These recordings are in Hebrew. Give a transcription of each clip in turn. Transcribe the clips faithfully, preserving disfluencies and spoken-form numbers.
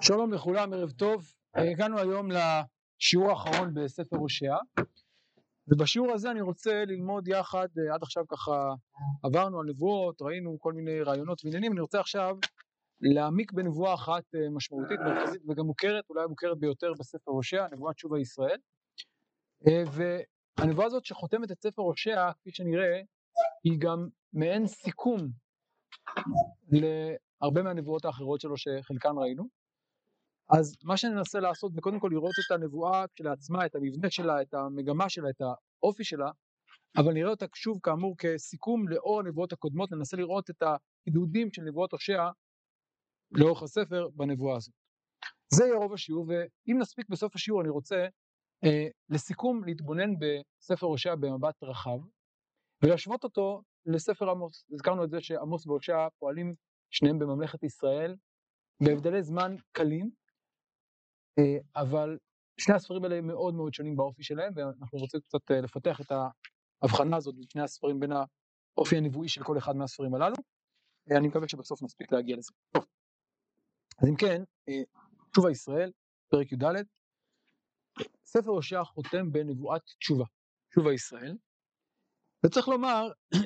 שלום לכולם, ערב טוב. הגענו היום לשיעור האחרון בספר הושע, ובשיעור הזה אני רוצה ללמוד יחד, עד עכשיו ככה עברנו על נבואות, ראינו כל מיני רעיונות ועניינים, אני רוצה עכשיו להעמיק בנבואה אחת משמעותית, מרכזית וגם מוכרת, אולי מוכרת ביותר בספר הושע, נבואת שוב ישראל. והנבואה הזאת שחותמת את ספר הושע, כפי שנראה, היא גם מעין סיכום להרבה מהנבואות האחרות שלו שחלקן ראינו. אז מה שננסה לעשות זה קודם כל לראות את הנבואה כשלעצמה, את המבנה שלה, את המגמה שלה, את האופי שלה, אבל נראה אותה שוב כאמור כסיכום לאור הנבואות הקודמות, ננסה לראות את החידודים של נבואות הושע לאורך הספר בנבואה הזאת. זה יהיה רוב השיעור, ואם נספיק בסוף השיעור אני רוצה אה, לסיכום להתבונן בספר הושע במבט רחב, ולהשוות אותו לספר עמוס. הזכרנו את זה שעמוס והושע פועלים שניהם בממלכת ישראל, בהבדלי זמן קלים, אבל שני הספרים האלה מאוד מאוד שונים באופי שלהם, ואנחנו רוצים קצת לפתח את ההבחנה הזאת בין שני הספרים, בין האופי הנבואי של כל אחד מהספרים הללו. אני מקווה שבסוף נספיק להגיע לזה. טוב, אז אם כן, שוב ישראל, פרק י"ד, ספר הושע חותם בנבואת תשובה, שוב ישראל, וצריך לומר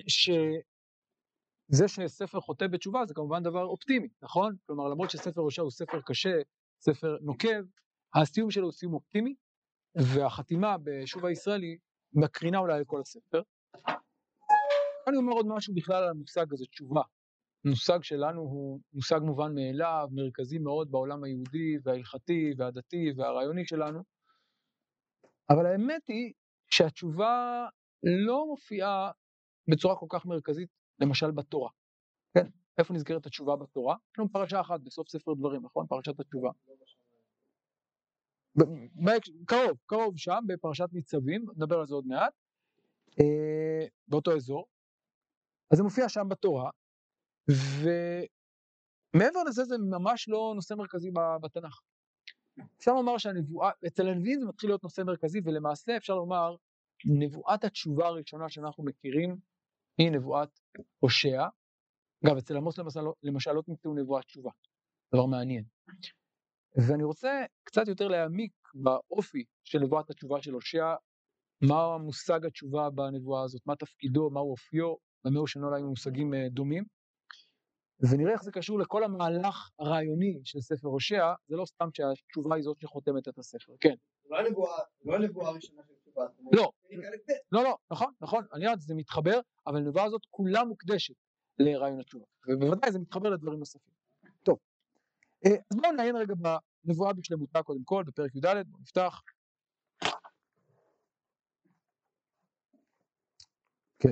שזה שספר חותם בתשובה זה כמובן דבר אופטימי, נכון? כלומר, למרות שספר הושע הוא ספר קשה, ספר נוקב, הסיום שלו הוא סיום אופטימי, והחתימה בשוב הישראלי מקרינה אולי לכל הספר. אני אומר עוד משהו בכלל על המושג הזה, תשובה. המושג שלנו הוא מושג מובן מאליו, מרכזי מאוד בעולם היהודי וההלכתי והדתי והרעיוני שלנו, אבל האמת היא שהתשובה לא מופיעה בצורה כל כך מרכזית, למשל בתורה. כן? איפה נזכרת התשובה בתורה? יש לנו פרשה אחת בסוף ספר דברים, נכון? פרשת התשובה. קרוב, קרוב שם, בפרשת ניצבים, נדבר על זה עוד מעט, אה, באותו אזור. אז זה מופיע שם בתורה, ומעבר לזה זה ממש לא נושא מרכזי בתנ"ך. אפשר לומר שהנבואה, אצל הנביאים זה מתחיל להיות נושא מרכזי, ולמעשה אפשר לומר, נבואת התשובה הראשונה שאנחנו מכירים, היא נבואת הושע. אגב, אצל עמוס למשל, למשל לא תמצאו נבואת תשובה, דבר מעניין. ואני רוצה קצת יותר להעמיק באופי של נבואת התשובה של הושע, מה מושג התשובה בנבואה הזאת, מה תפקידו, מה אופיו, במה הוא שונה אולי ממושגים דומים, ונראה איך זה קשור לכל המהלך הרעיוני של ספר הושע. זה לא סתם שהתשובה היא זאת שחותמת את הספר, כן. זה לא הנבואה, לא הנבואה הראשונה של תשובה. לא, לא, לא, נכון, נכון, אני יודעת, זה מתחבר, אבל הנבואה הזאת כולה מוקדשת לרעיון התשובה, ובוודאי זה מתחבר לדברים נוספים. טוב, אז בואו נעיין רגע בנבואה בשלמותה קודם כל, בפרק י"ד, בואו נפתח. כן.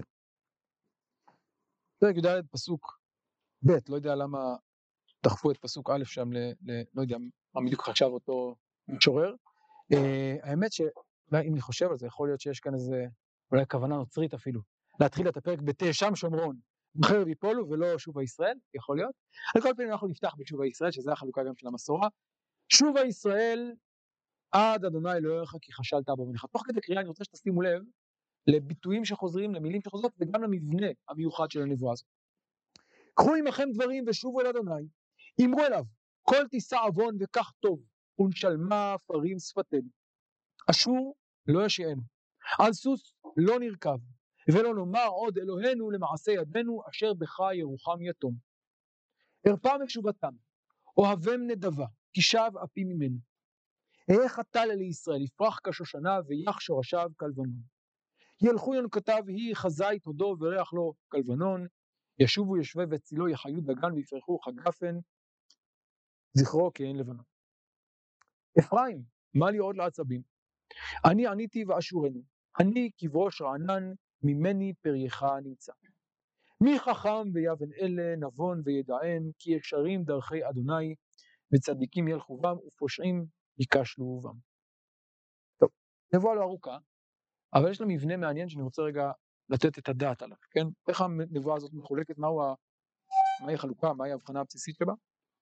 פרק י"ד, פסוק ב', לא יודע למה דחפו את פסוק א' שם, ל, ל, לא יודע מה בדיוק חשב אותו משורר. Uh, האמת שאולי אם אני חושב על זה, יכול להיות שיש כאן איזה, אולי כוונה נוצרית אפילו, להתחיל את הפרק בתה שם שומרון, בחרב יפולו ולא שוב הישראל, יכול להיות. על כל פעמים אנחנו נפתח בשוב הישראל, שזה החלוקה גם של המסורה. שוב הישראל, עד אדוני אלוהיך כי חשלת בעוונך. תוך כדי קריאה אני רוצה שתשימו לב לביטויים שחוזרים, למילים שחוזרות, וגם למבנה המיוחד של הנבואה הזאת. קחו עמכם דברים ושובו אל אדוני, אמרו אליו, כל תישא עוון וכך טוב, ונשלמה פרים שפתנו. אשור לא ישיענו, על סוס לא נרכב, ולא נאמר עוד אלוהינו למעשה ידינו, אשר בך ירוחם יתום. הרפא משובתם, אוהבם נדבה, כי שב אפי ממנו. אהיה חתל אלי ישראל, יפרח כשושנה, ויח שורשיו כלבנון. ילכו ינקותיו, היא חזית הודו וריח לו כלבנון, ישובו ישבי וצילו, יחיו דגן ויפרחו חגפן, זכרו כעין לבנון. אפרים, מה לי עוד לעצבים? אני עניתי ואשורנו, אני כבראש רענן, ממני פרייך נמצא. מי חכם ויבן אלה, נבון וידען, כי ישרים דרכי אדוני, וצדיקים ילכו בם, ופושעים יקשלו בם. טוב, נבואה לא ארוכה, אבל יש לה מבנה מעניין שאני רוצה רגע לתת את הדעת עליו, כן? איך הנבואה הזאת מחולקת, מהו ה... מהי החלוקה, מהי ההבחנה הבסיסית שבה?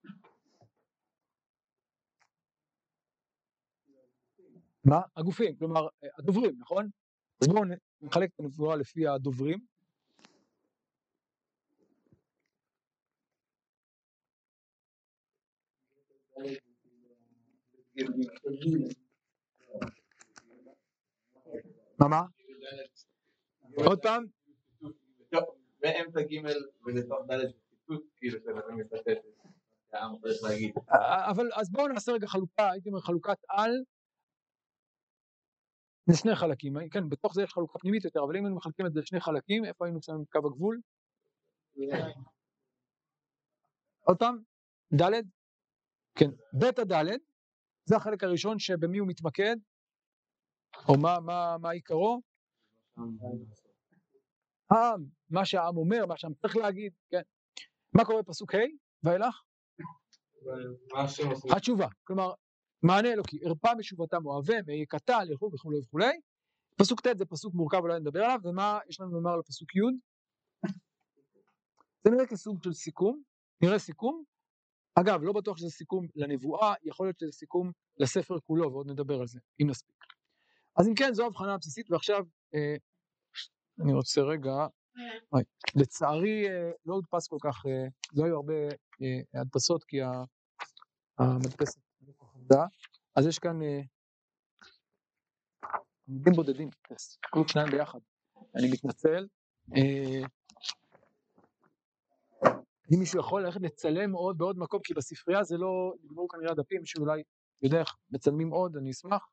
מה? הגופים, כלומר, הדוברים, נכון? אז בואו נחלק את הנבואה לפי הדוברים. מה מה? עוד פעם? באמצע ג' ולתוך ד' ציטוט, כאילו שאנחנו מצטט, שהעם צריך להגיד. אבל אז בואו נעשה רגע חלוקה, הייתי אומר חלוקת על לשני חלקים, כן, בתוך זה יש חלוקה פנימית יותר, אבל אם היינו מחלקים את זה לשני חלקים, איפה היינו שמים קו הגבול? עוד פעם? ד'? כן, בית הד' זה החלק הראשון שבמי הוא מתמקד, או מה, מה, מה עיקרו? העם, מה שהעם אומר, מה שהעם צריך להגיד, כן. מה קורה בפסוק ה' ואילך? התשובה, כלומר, מענה אלוקי, הרפא משובתם אוהביהם, יקטע, לכו וכו' וכו'. פסוק ט' זה פסוק מורכב, אולי נדבר עליו, ומה יש לנו לומר לפסוק י'? זה נראה כסוג של סיכום, נראה סיכום. אגב, לא בטוח שזה סיכום לנבואה, יכול להיות שזה סיכום לספר כולו, ועוד נדבר על זה, אם נספיק. אז אם כן, זו הבחנה הבסיסית, ועכשיו אה, אני רוצה רגע, אוי, לצערי אה, לא הודפס כל כך, אה, לא היו הרבה אה, הדפסות, כי המדפסת לא כל כך עבדה, אז יש כאן אה, עמודים בודדים, כלום שניים ביחד, אני מתנצל. אה, אם מישהו יכול ללכת לצלם עוד בעוד מקום, כי בספרייה זה לא, נגמרו כנראה הדפים, מישהו אולי יודע איך מצלמים עוד, אני אשמח.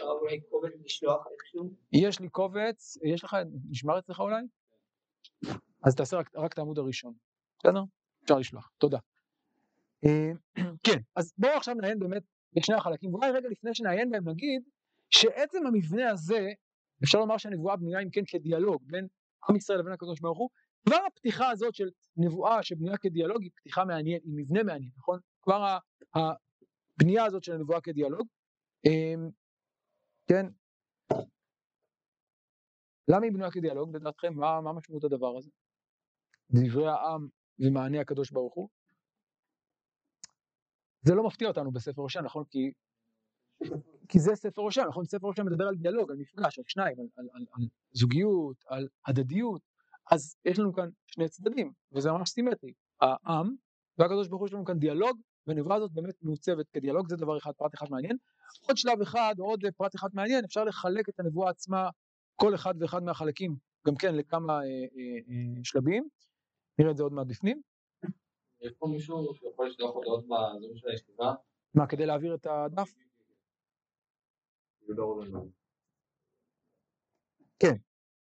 יש לי קובץ, יש לך, נשמר אצלך אולי? אז תעשה רק, רק את העמוד הראשון, בסדר? אפשר לשלוח, תודה. כן, אז בואו עכשיו נעיין באמת בשני החלקים, ואולי רגע לפני שנעיין בהם נגיד, שעצם המבנה הזה, אפשר לומר שהנבואה בנויה אם כן כדיאלוג, בין עם ישראל לבין הקדוש ברוך הוא, כבר הפתיחה הזאת של נבואה שבנויה כדיאלוג היא פתיחה מעניינת, היא מבנה מעניין, נכון? כבר הבנייה הזאת של הנבואה כדיאלוג, כן? למה היא בנויה כדיאלוג, לדעתכם? מה, מה משמעות הדבר הזה? דברי העם ומענה הקדוש ברוך הוא? זה לא מפתיע אותנו בספר הושע, נכון? כי, כי זה ספר הושע, נכון? ספר הושע מדבר על דיאלוג, על מפגש, על שניים, על, על, על, על זוגיות, על הדדיות, אז יש לנו כאן שני צדדים, וזה ממש סימטרי. העם והקדוש ברוך הוא יש לנו כאן דיאלוג, והנבואה הזאת באמת מעוצבת כדיאלוג, זה דבר אחד, פרט אחד מעניין. עוד שלב אחד, או עוד פרט אחד מעניין, אפשר לחלק את הנבואה עצמה, כל אחד ואחד מהחלקים, גם כן לכמה אה, אה, אה, שלבים, נראה את זה עוד מעט בפנים. יש פה מישהו שיכול לשלוח הודעות בזום של הישיבה? מה, כדי להעביר את הדף? כן.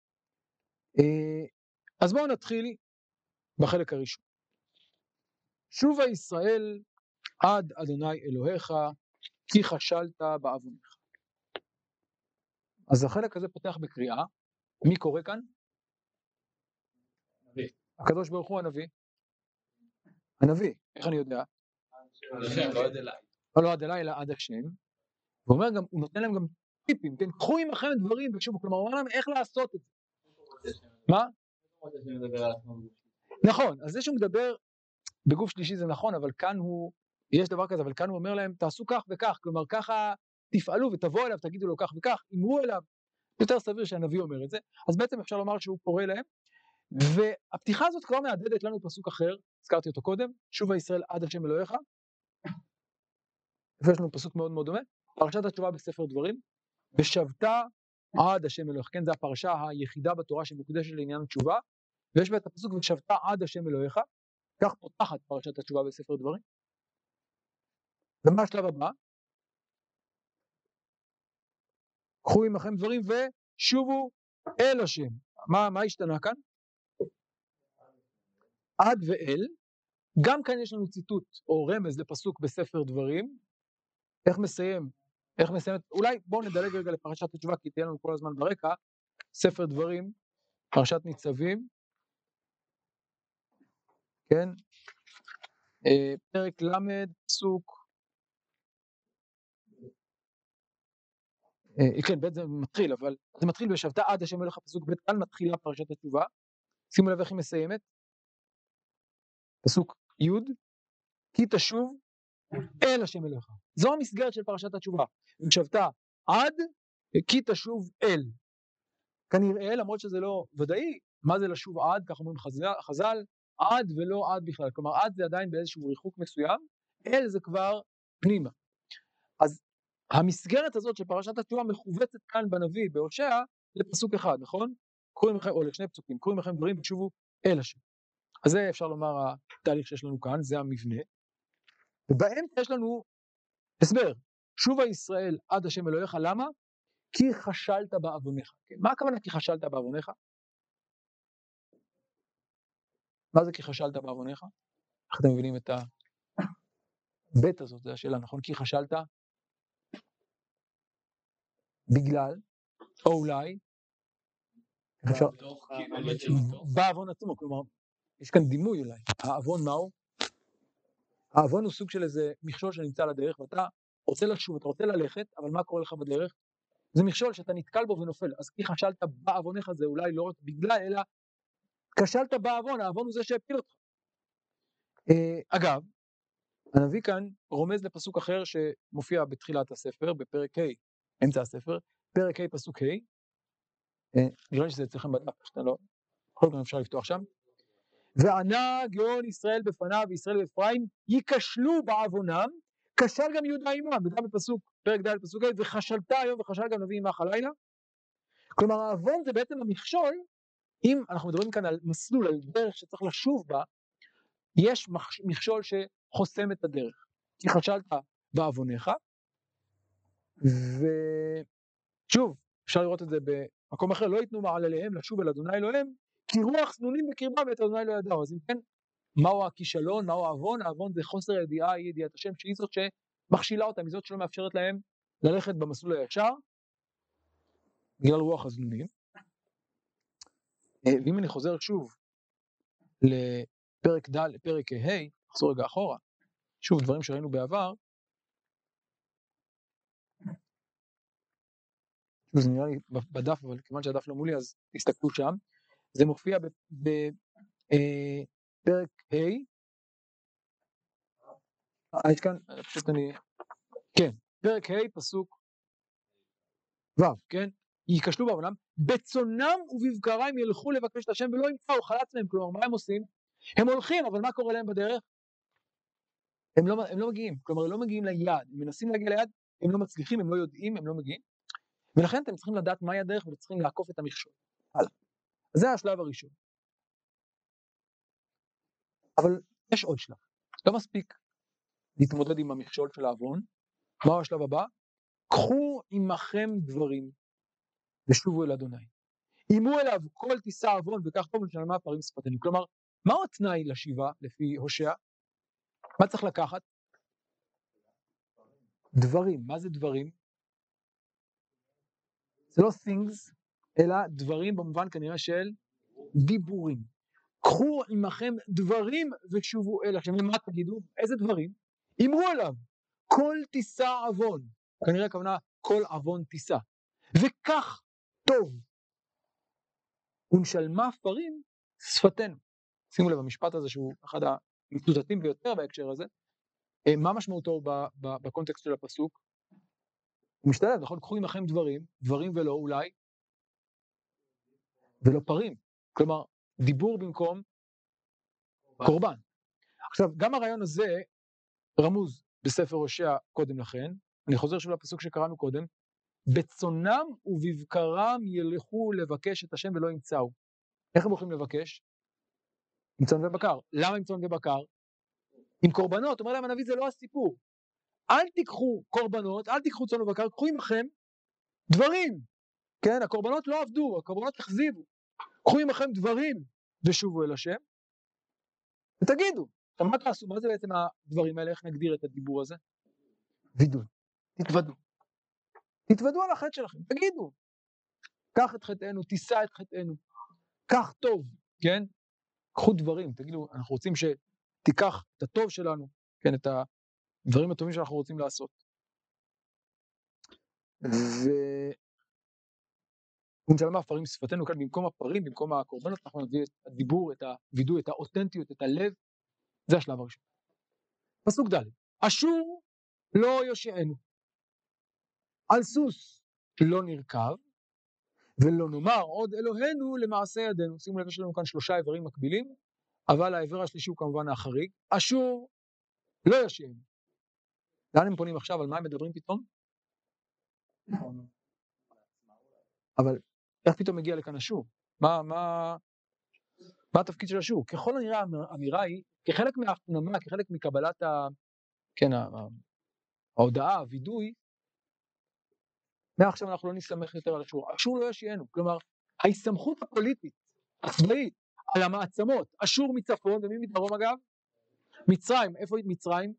אז בואו נתחיל בחלק הראשון. שובה ישראל עד אדוני אלוהיך, כי חשלת בעוונך. אז החלק הזה פותח בקריאה. מי קורא כאן? הנביא. הקדוש ברוך הוא הנביא. הנביא, איך אני יודע? לא עד אליי. לא, לא עד אליי, אלא עד השם. הוא אומר גם, הוא נותן להם גם טיפים, כן? קחו עמכם דברים ושובו, כלומר, הוא אומר להם איך לעשות את זה. מה? נכון, אז זה שהוא מדבר בגוף שלישי זה נכון, אבל כאן הוא, יש דבר כזה, אבל כאן הוא אומר להם, תעשו כך וכך, כלומר, ככה תפעלו ותבואו אליו, תגידו לו כך וכך, אמרו אליו, יותר סביר שהנביא אומר את זה, אז בעצם אפשר לומר שהוא קורא להם, והפתיחה הזאת כבר מעדדת לנו פסוק אחר, הזכרתי אותו קודם, שובה ישראל עד השם אלוהיך, ויש לנו פסוק מאוד מאוד דומה, פרשת התשובה בספר דברים, ושבתה עד השם אלוהיך, כן, זו הפרשה היחידה בתורה שמוקדשת לעניין התשובה, ויש בה את הפסוק ושבתה עד השם אלוהיך, כך פותחת פרשת התשובה בספר דברים. ומה השלב הבא? קחו עמכם דברים ושובו אל השם. מה, מה השתנה כאן? עד ואל. גם כאן יש לנו ציטוט או רמז לפסוק בספר דברים. איך מסיים? איך מסיים? אולי בואו נדלג רגע לפרשת התשובה, כי תהיה לנו כל הזמן ברקע. ספר דברים, פרשת ניצבים. כן? פרק למד, פסוק. כן, בית זה מתחיל, אבל זה מתחיל בשבתה עד השם אלוהיך, פסוק בית, כאן מתחילה פרשת התשובה. שימו לב איך היא מסיימת. פסוק י' כי תשוב אל השם אלוהיך. זו המסגרת של פרשת התשובה. שבתה עד כי תשוב אל. כנראה, למרות שזה לא ודאי, מה זה לשוב עד, כך אומרים חז"ל, עד ולא עד בכלל. כלומר, עד זה עדיין באיזשהו ריחוק מסוים, אל זה כבר פנימה. אז המסגרת הזאת של פרשת התשובה מכווצת כאן בנביא, בהושע, לפסוק אחד, נכון? קחו עמכם, או לשני פסוקים, קחו עמכם דברים ותשובו אל השם. אז זה אפשר לומר התהליך שיש לנו כאן, זה המבנה. ובאמצע יש לנו הסבר, שובה ישראל עד השם אלוהיך, למה? כי חשלת בעוונך. כן? מה הכוונה כי חשלת בעוונך? מה זה כי חשלת בעוונך? איך אתם מבינים את הבית הזאת, זו השאלה, נכון? כי חשלת בגלל, או אולי, בעוון עצמו, כלומר, יש כאן דימוי אולי, העוון מהו? העוון הוא סוג של איזה מכשול שנמצא על הדרך, ואתה רוצה לשוב, אתה רוצה ללכת, אבל מה קורה לך בדרך? זה מכשול שאתה נתקל בו ונופל, אז כי חשלת בעוונך, זה אולי לא רק בגלל, אלא כשלת בעוון, העוון הוא זה שהפיל אותך. אגב, הנביא כאן רומז לפסוק אחר שמופיע בתחילת הספר, בפרק ה', אמצע הספר, פרק ה' פסוק ה', נראה לי שזה אצלכם בדף, שאתה לא, בכל זאת אפשר לפתוח שם. וענה גאון ישראל בפניו וישראל ואפרים ייכשלו בעוונם, כשל גם יהודה עמם, וגם בפסוק, פרק ד' פסוק ה', וחשלת היום וחשל גם נביא עמך הלילה. כלומר העוון זה בעצם המכשול, אם אנחנו מדברים כאן על מסלול, על דרך שצריך לשוב בה, יש מכשול שחוסם את הדרך, כי חשלת בעוונך, ושוב, אפשר לראות את זה במקום אחר, לא ייתנו מעל אליהם לשוב אל אדוני אלוהיהם, כי רוח סנונים בקרבם ואת אדוני לא ידעו. אז אם כן, מהו הכישלון, מהו העוון? העוון זה חוסר הידיעה, היא ידיעת השם, שהיא זאת שמכשילה אותם, היא זאת שלא מאפשרת להם ללכת במסלול הישר, בגלל רוח הסנונים. ואם אני חוזר שוב לפרק ד', לפרק ה', נחזור רגע אחורה, שוב דברים שראינו בעבר, זה נראה לי בדף, אבל כיוון שהדף לא מולי, אז תסתכלו שם. זה מופיע בפרק ה', יש כאן, פשוט אני, כן, פרק ה' פסוק ו', כן, ייכשלו בעוונם, בצונם ובבקרם ילכו לבקש את השם ולא ימצאו, חלץ מהם, כלומר, מה הם עושים? הם הולכים, אבל מה קורה להם בדרך? הם לא, הם לא מגיעים, כלומר, הם לא מגיעים ליעד, הם מנסים להגיע ליעד, הם לא מצליחים, הם לא יודעים, הם לא מגיעים, ולכן אתם צריכים לדעת מהי הדרך, ואתם צריכים לעקוף את המכשול. הלאה. זה השלב הראשון. אבל יש עוד שלב. לא מספיק להתמודד עם המכשול של העוון. מהו השלב הבא? קחו עמכם דברים ושובו אל אדוני. אימו אליו כל תישא עוון וכך טוב ושלמה פערים שפתנו. כלומר, מהו התנאי לשיבה לפי הושע? מה צריך לקחת? דברים. מה זה דברים? זה לא things, אלא דברים במובן כנראה של דיבורים. קחו עמכם דברים ושובו אל השם. מה תגידו? איזה דברים? אמרו אליו, כל תישא עוון. כנראה הכוונה, כל עוון תישא. וכך טוב. ונשלמה פרים שפתנו. שימו לב, המשפט הזה שהוא אחד המצוטטים ביותר בהקשר הזה. מה משמעותו בקונטקסט של הפסוק? הוא משתלב, נכון? קחו עמכם דברים, דברים ולא אולי, ולא פרים. כלומר, דיבור במקום קורבן. עכשיו, גם הרעיון הזה רמוז בספר הושע קודם לכן, אני חוזר שוב לפסוק שקראנו קודם, בצונם ובבקרם ילכו לבקש את השם ולא ימצאו. איך הם הולכים לבקש? עם צאן ובקר. למה עם צאן ובקר? עם קורבנות. אומר להם הנביא, זה לא הסיפור. אל תיקחו קורבנות, אל תיקחו צאן ובקר, קחו עמכם דברים. כן, הקורבנות לא עבדו, הקורבנות החזיבו. קחו עמכם דברים ושובו אל השם, ותגידו, מה תעשו? מה זה בעצם הדברים האלה? איך נגדיר את הדיבור הזה? וידוי. תתוודו. תתוודו על החטא שלכם, תגידו. קח את חטאנו, תישא את חטאנו. קח טוב, כן? קחו דברים, תגידו, אנחנו רוצים שתיקח את הטוב שלנו, כן, את הדברים הטובים שאנחנו רוצים לעשות. ו... ונשלמה פרים שפתנו כאן, במקום הפרים, במקום הקורבנות, אנחנו נביא את הדיבור, את הוידוי, את האותנטיות, את הלב. זה השלב הראשון. פסוק ד' אשור לא יושיענו, על סוס לא נרכב, ולא נאמר עוד אלוהינו למעשה ידינו. שימו לב, יש לנו כאן שלושה עברים מקבילים, אבל העבר השלישי הוא כמובן האחריג. אשור לא יושיענו. לאן הם פונים עכשיו? על מה הם מדברים פתאום? אבל איך פתאום מגיע לכאן אשור? מה, מה, מה התפקיד של אשור? ככל הנראה האמירה היא, כחלק מההפנמה, כחלק מקבלת ה, כן, ההודעה, הווידוי, מעכשיו אנחנו לא נסתמך יותר על אשור. אשור לא יושיענו. כלומר, ההסתמכות הפוליטית, הצבאית, על המעצמות, אשור מצפון, ומי מדרום אגב? מצרים. איפה היא מצרים?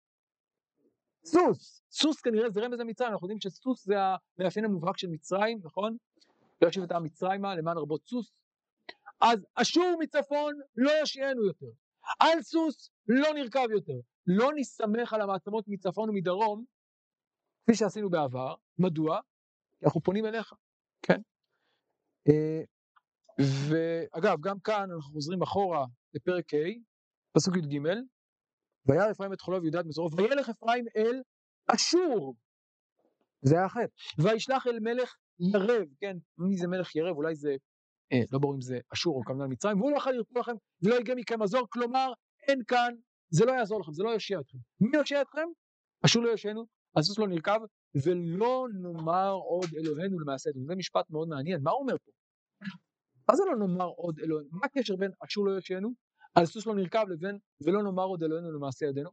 סוס. סוס כנראה זה רמז למצרים. אנחנו יודעים שסוס זה המאפיין המובהק של מצרים, נכון? לא ישיב את המצרימה למען רבות סוס. אז אשור מצפון לא יושיענו יותר. על סוס לא נרכב יותר. לא נסתמך על המעצמות מצפון ומדרום, כפי שעשינו בעבר. מדוע? כי אנחנו פונים אליך, כן? ואגב, גם כאן אנחנו חוזרים אחורה לפרק ה', פסוק י"ג, וירא אפרים את חולו ויהודה את מסורו, וילך אפרים אל אשור, זה היה החטא, וישלח אל מלך ירב, כן? מי זה מלך ירב? אולי זה, אה, לא ברור אם זה אשור או כמובן מצרים, והוא לא יוכל לרפוא לכם ולא יגע מכם מזור, כלומר, אין כאן, זה לא יעזור לכם, זה לא יושיע אתכם. מי יושיע אתכם? אשור לא יושיענו, הסוס לא נרכב, ולא נאמר עוד אלוהינו למעשה ידינו. זה משפט מאוד מעניין, מה הוא אומר פה? מה זה לא נאמר עוד אלוהינו? מה הקשר בין אשור לא יושיענו, על סוס לא נרכב, לבין ולא נאמר עוד אלוהינו למעשה ידינו?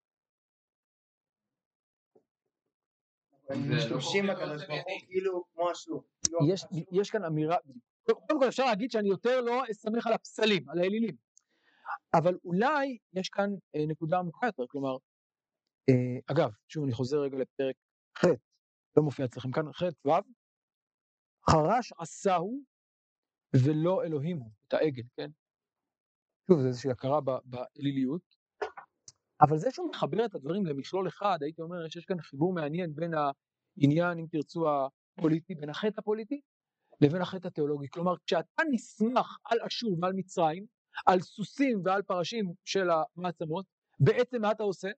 הם משתמשים בקדוש ברוך הוא כאילו כמו אשור. יש כאן אמירה, קודם כל אפשר להגיד שאני יותר לא אסמך על הפסלים, על האלילים, אבל אולי יש כאן נקודה עמוקה יותר, כלומר, אגב, שוב אני חוזר רגע לפרק ח', לא מופיע אצלכם כאן, ח' ו', חרש עשהו ולא אלוהים הוא, את העגל, כן? שוב, זה איזושהי הכרה באליליות, אבל זה שהוא מחבר את הדברים למשלול אחד, הייתי אומר שיש כאן חיבור מעניין בין העניין, אם תרצו, הפוליטי, בין החטא הפוליטי, לבין החטא התיאולוגי. כלומר, כשאתה נסמך על אשור ועל מצרים, על סוסים ועל פרשים של המעצמות, בעצם מה אתה עושה?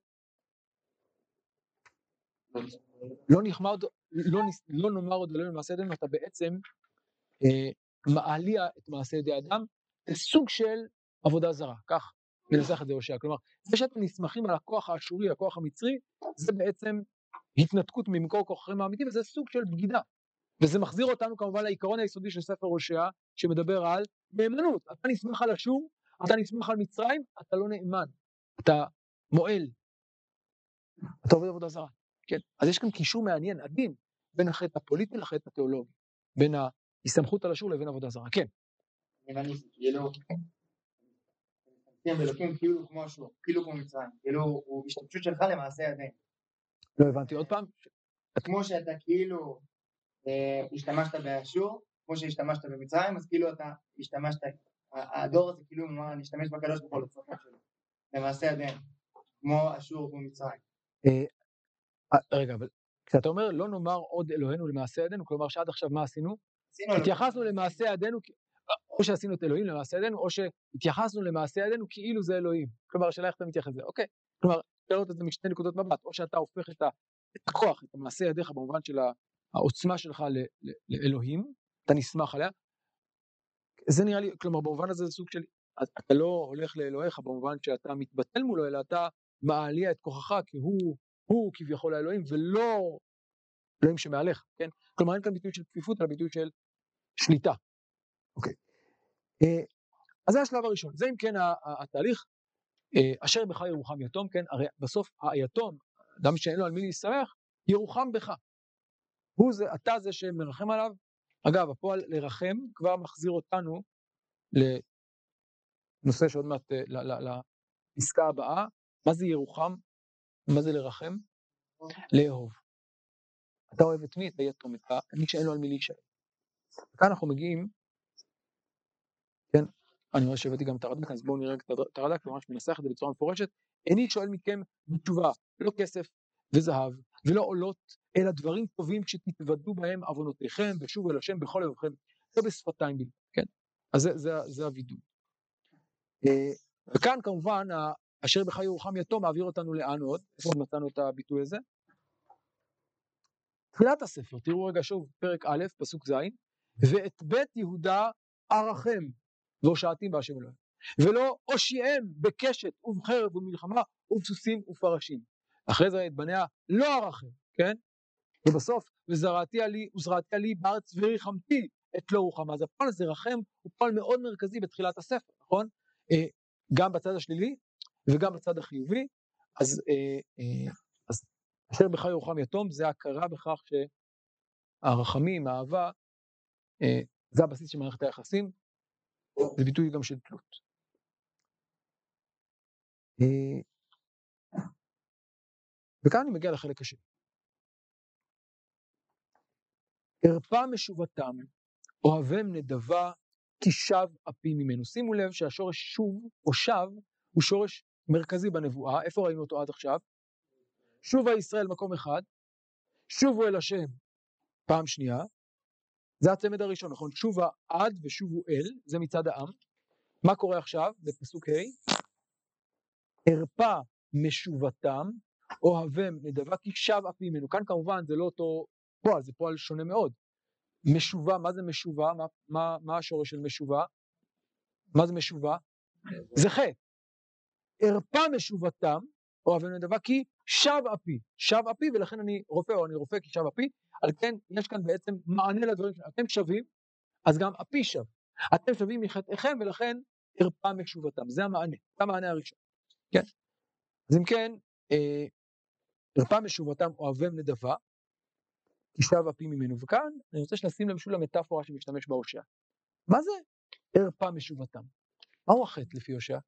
לא נחמד, לא, לא נאמר עוד אלוהים למעשה ידינו, אתה בעצם אה, מעליע את מעשה ידי אדם, זה סוג של עבודה זרה, כך מנסח את זה הושע. כלומר, זה שאתם נסמכים על הכוח האשורי, הכוח המצרי, זה בעצם התנתקות ממקור כוחכם האמיתי, וזה סוג של בגידה. וזה מחזיר אותנו כמובן לעיקרון היסודי של ספר הושע, שמדבר על נאמנות. אתה נסמך על אשור, אתה נסמך על מצרים, אתה לא נאמן, אתה מועל, אתה עובד עבודה זרה. כן? אז יש כאן קישור מעניין, עדין, בין החטא הפוליטי לחטא התיאולוגי, בין ההסתמכות על אשור לבין עבודה זרה. כן. נאמנות, כאילו, אלוקים כאילו כמו אשור, כאילו כמו מצרים, כאילו הוא השתמשות שלך למעשה ידינו. לא הבנתי עוד פעם. כמו שאתה כאילו השתמשת באשור, כמו שהשתמשת במצרים, אז כאילו אתה השתמשת, הדור הזה כאילו אומר, אני אשתמש בקדוש ברוך הוא לצרכים שלו, למעשה ידינו, כמו אשור כמו מצרים. רגע, אבל כשאתה אומר לא נאמר עוד אלוהינו למעשה ידינו, כלומר שעד עכשיו מה עשינו? התייחסנו למעשה ידינו, או שעשינו את אלוהים למעשה ידינו, או שהתייחסנו למעשה ידינו כאילו זה אלוהים. כלומר, השאלה איך אתה מתייחס לזה, אוקיי. כלומר, תראות את זה משתי נקודות מבט, או שאתה הופך את הכוח, את המעשה ידיך במובן של העוצמה שלך לאלוהים, אתה נסמך עליה. זה נראה לי, כלומר, במובן הזה זה סוג של, אתה לא הולך לאלוהיך במובן שאתה מתבטל מולו, אלא אתה מעליע את כוחך, כי הוא, הוא כביכול האלוהים, ולא אלוהים שמעליך, כן? כלומר, אין כאן ביטוי של כפיפות, אלא ביטוי של שליטה. אוקיי. אז זה השלב הראשון. זה אם כן התהליך, אשר בך ירוחם יתום, כן? הרי בסוף היתום, אדם שאין לו על מי להסתמך, ירוחם בך. הוא זה, אתה זה שמרחם עליו. אגב, הפועל לרחם כבר מחזיר אותנו לנושא שעוד מעט, לפסקה הבאה. מה זה ירוחם? מה זה לרחם? לאהוב. אתה אוהב את מי? את היתום, את מי שאין לו על מי להישאר. וכאן אנחנו מגיעים, כן, אני רואה שהבאתי גם את הרד"ק, אז בואו נראה את הרד"ק, ממש מנסח את זה בצורה מפורשת. איני שואל מכם בתשובה, לא כסף וזהב, ולא עולות, אלא דברים טובים שתתוודו בהם עוונותיכם, ושובו אל השם בכל לבבכם, לא בשפתיים בלבד, כן? אז זה, זה, זה הווידוי. וכאן כמובן, אשר בך ירוחם יתום, מעביר אותנו לאן עוד, איפה מצאנו את הביטוי הזה? תחילת הספר, תראו רגע שוב, פרק א', פסוק ז', ואת בית יהודה ארחם, והושעתים בהשם אלוהים, ולא הושיעם בקשת ובחרב ומלחמה ובסוסים ופרשים. אחרי זה את בניה לא ארחם, כן? ובסוף, וזרעתי עלי, וזרעתי עלי בארץ וריחמתי את לא רוחמה. אז הפועל הזה, רחם, הוא פועל מאוד מרכזי בתחילת הספר, נכון? גם בצד השלילי, וגם בצד החיובי. אז, אז אשר בך ירוחם יתום, זה הכרה בכך שהרחמים, האהבה, זה הבסיס של מערכת היחסים, זה ביטוי גם של תלות. וכאן אני מגיע לחלק השני. הרפה משובתם, אוהבם נדבה, כי שב אפי ממנו. שימו לב שהשורש שוב, או שב, הוא שורש מרכזי בנבואה. איפה ראינו אותו עד עכשיו? שובה ישראל מקום אחד, שובו אל השם פעם שנייה, זה הצמד הראשון, נכון? שובה עד ושובו אל, זה מצד העם. מה קורה עכשיו בפסוק ה'? הרפה משובתם, אוהבם נדבה, כי שב אפי ממנו. כאן כמובן זה לא אותו פועל, זה פועל שונה מאוד. משובה, מה זה משובה? מה, מה, מה השורש של משובה? מה זה משובה? זה חטא. הרפה משובתם, אוהבם נדבה, כי שב אפי. שב אפי, ולכן אני רופא, או אני רופא כי שב אפי. על כן, יש כאן בעצם מענה לדברים שלנו. אתם שווים, אז גם אפי שב. אתם שווים מחטאיכם, ולכן הרפה משובתם. זה המענה, זה המענה הראשון. כן? אז אם כן, אה, הרפה משובתם, אוהבם נדבה, כי שב אפי ממנו. וכאן אני רוצה שנשים לב שוב למטאפורה שמשתמש בהושע. מה זה הרפה משובתם? מהו החטא לפי הושע?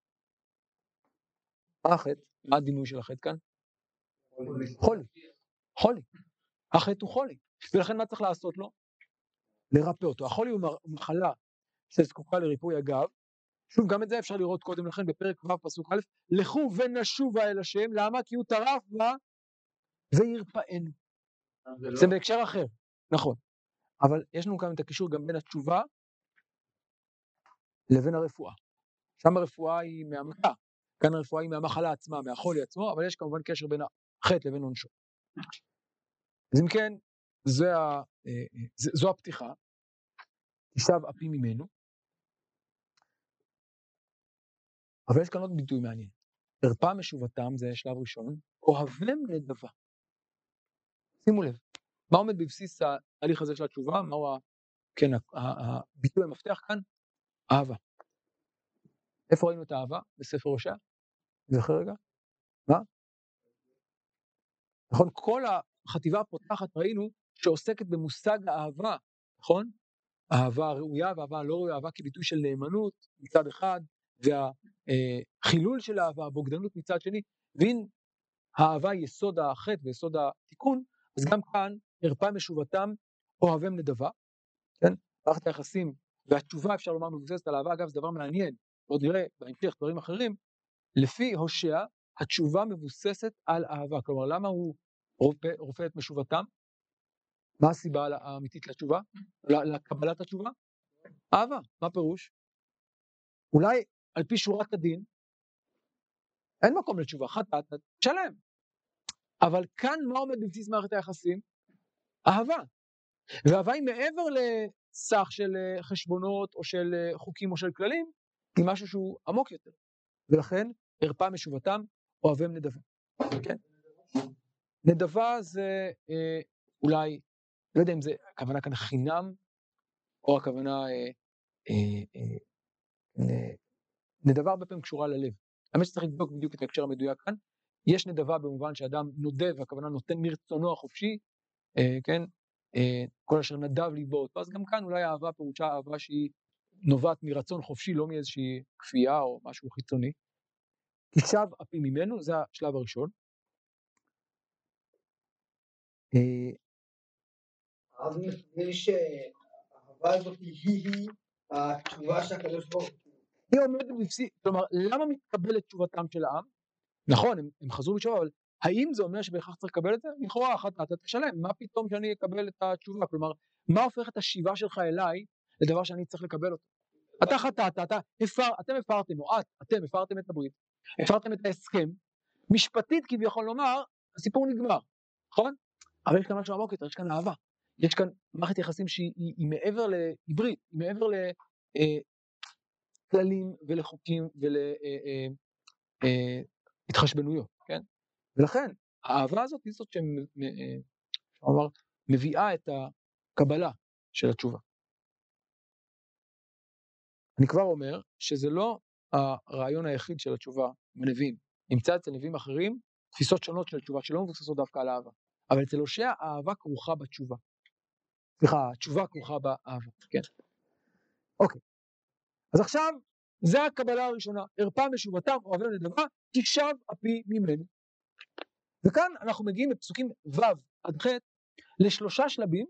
מה החטא? מה הדימוי של החטא כאן? חולי. חולי. החטא הוא חולי. ולכן מה צריך לעשות לו? לרפא אותו. החולי הוא מחלה שזקוקה לריפוי הגב. שוב, גם את זה אפשר לראות קודם לכן בפרק ו' פסוק א', לכו ונשובה אל השם. למה? כי הוא טרף בה וירפאנו. זה בהקשר אחר. נכון. אבל יש לנו כאן את הקישור גם בין התשובה לבין הרפואה. שם הרפואה היא מהמתה. כאן הרפואה היא מהמחלה עצמה, מהחולי עצמו, אבל יש כמובן קשר בין החטא לבין עונשו. אז אם כן, זו, זו הפתיחה, שב אפי ממנו, אבל יש כאן עוד ביטוי מעניין. הרפה משובתם, זה שלב ראשון, אוהבם נדבה. שימו לב, מה עומד בבסיס ההליך הזה של התשובה? מהו כן, הביטוי המפתח כאן? אהבה. איפה ראינו את האהבה? בספר הושע? זוכר רגע? מה? נכון, כל החטיבה הפותחת ראינו שעוסקת במושג האהבה, נכון? אהבה ראויה ואהבה לא ראויה, אהבה כביטוי של נאמנות מצד אחד, והחילול של האהבה, הבוגדנות מצד שני, והנה האהבה היא יסוד החטא ויסוד התיקון, אז גם כאן הרפה משובתם אוהבם נדבה, כן? מערכת היחסים והתשובה אפשר לומר מבוססת על אהבה, אגב זה דבר מעניין, עוד נראה בהמשך דברים אחרים, לפי הושע התשובה מבוססת על אהבה, כלומר למה הוא רופא, רופא את משובתם? מה הסיבה האמיתית לתשובה? לקבלת התשובה? אהבה, מה פירוש? אולי על פי שורת הדין, אין מקום לתשובה, חטאת, שלם. אבל כאן מה עומד בבסיס מערכת היחסים? אהבה. ואהבה היא מעבר לסך של חשבונות או של חוקים או של כללים, היא משהו שהוא עמוק יותר. ולכן הרפה משובתם אוהבם נדבה. כן? נדבה זה אה, אולי, לא יודע אם זה הכוונה כאן חינם, או הכוונה, אה, אה, אה, אה, נדבה הרבה פעמים קשורה ללב. האמת שצריך לבדוק בדיוק את ההקשר המדויק כאן. יש נדבה במובן שאדם נודב, והכוונה נותן מרצונו החופשי, אה, כן? אה, כל אשר נדב ליבו. אז גם כאן אולי האהבה פירושה אהבה שהיא נובעת מרצון חופשי, לא מאיזושהי כפייה או משהו חיצוני. כי שב אפי ממנו, זה השלב הראשון. אז נראה שהאהבה הזאת היא התשובה שהקדוש ברוך הוא. היא עומדת בבסיס, כלומר, למה מתקבלת תשובתם של העם? נכון, הם, הם חזרו בתשובה, אבל האם זה אומר שבהכרח צריך לקבל את זה? לכאורה, אחת אתה תשלם, מה פתאום שאני אקבל את התשובה? כלומר, מה הופך את השיבה שלך אליי לדבר שאני צריך לקבל אותו? אתה חטאת, אתה, הפר, אתם הפרתם, או את, אתם הפרתם את הברית, הפרתם את ההסכם, משפטית כביכול לומר, הסיפור נגמר, נכון? אבל יש כאן משהו עמוק יותר, יש כאן אהבה, יש כאן מערכת יחסים שהיא היא, היא מעבר לעברית, היא מעבר לכללים אה, ולחוקים ולהתחשבנויות, אה, אה, כן? ולכן, האהבה הזאת היא זאת שאפשר כלומר, מביאה את הקבלה של התשובה. אני כבר אומר שזה לא הרעיון היחיד של התשובה בנביאים. נמצא אצל נביאים אחרים תפיסות שונות של התשובה שלא מבוססות דווקא על אהבה. אבל אצל הושע האהבה כרוכה בתשובה. סליחה, התשובה כרוכה באהבה, כן. אוקיי. אז עכשיו, זה הקבלה הראשונה. הרפא משובתם, אוהביהם נדבה, תשב אפי ממנו. וכאן אנחנו מגיעים בפסוקים ו' עד ח' לשלושה שלבים,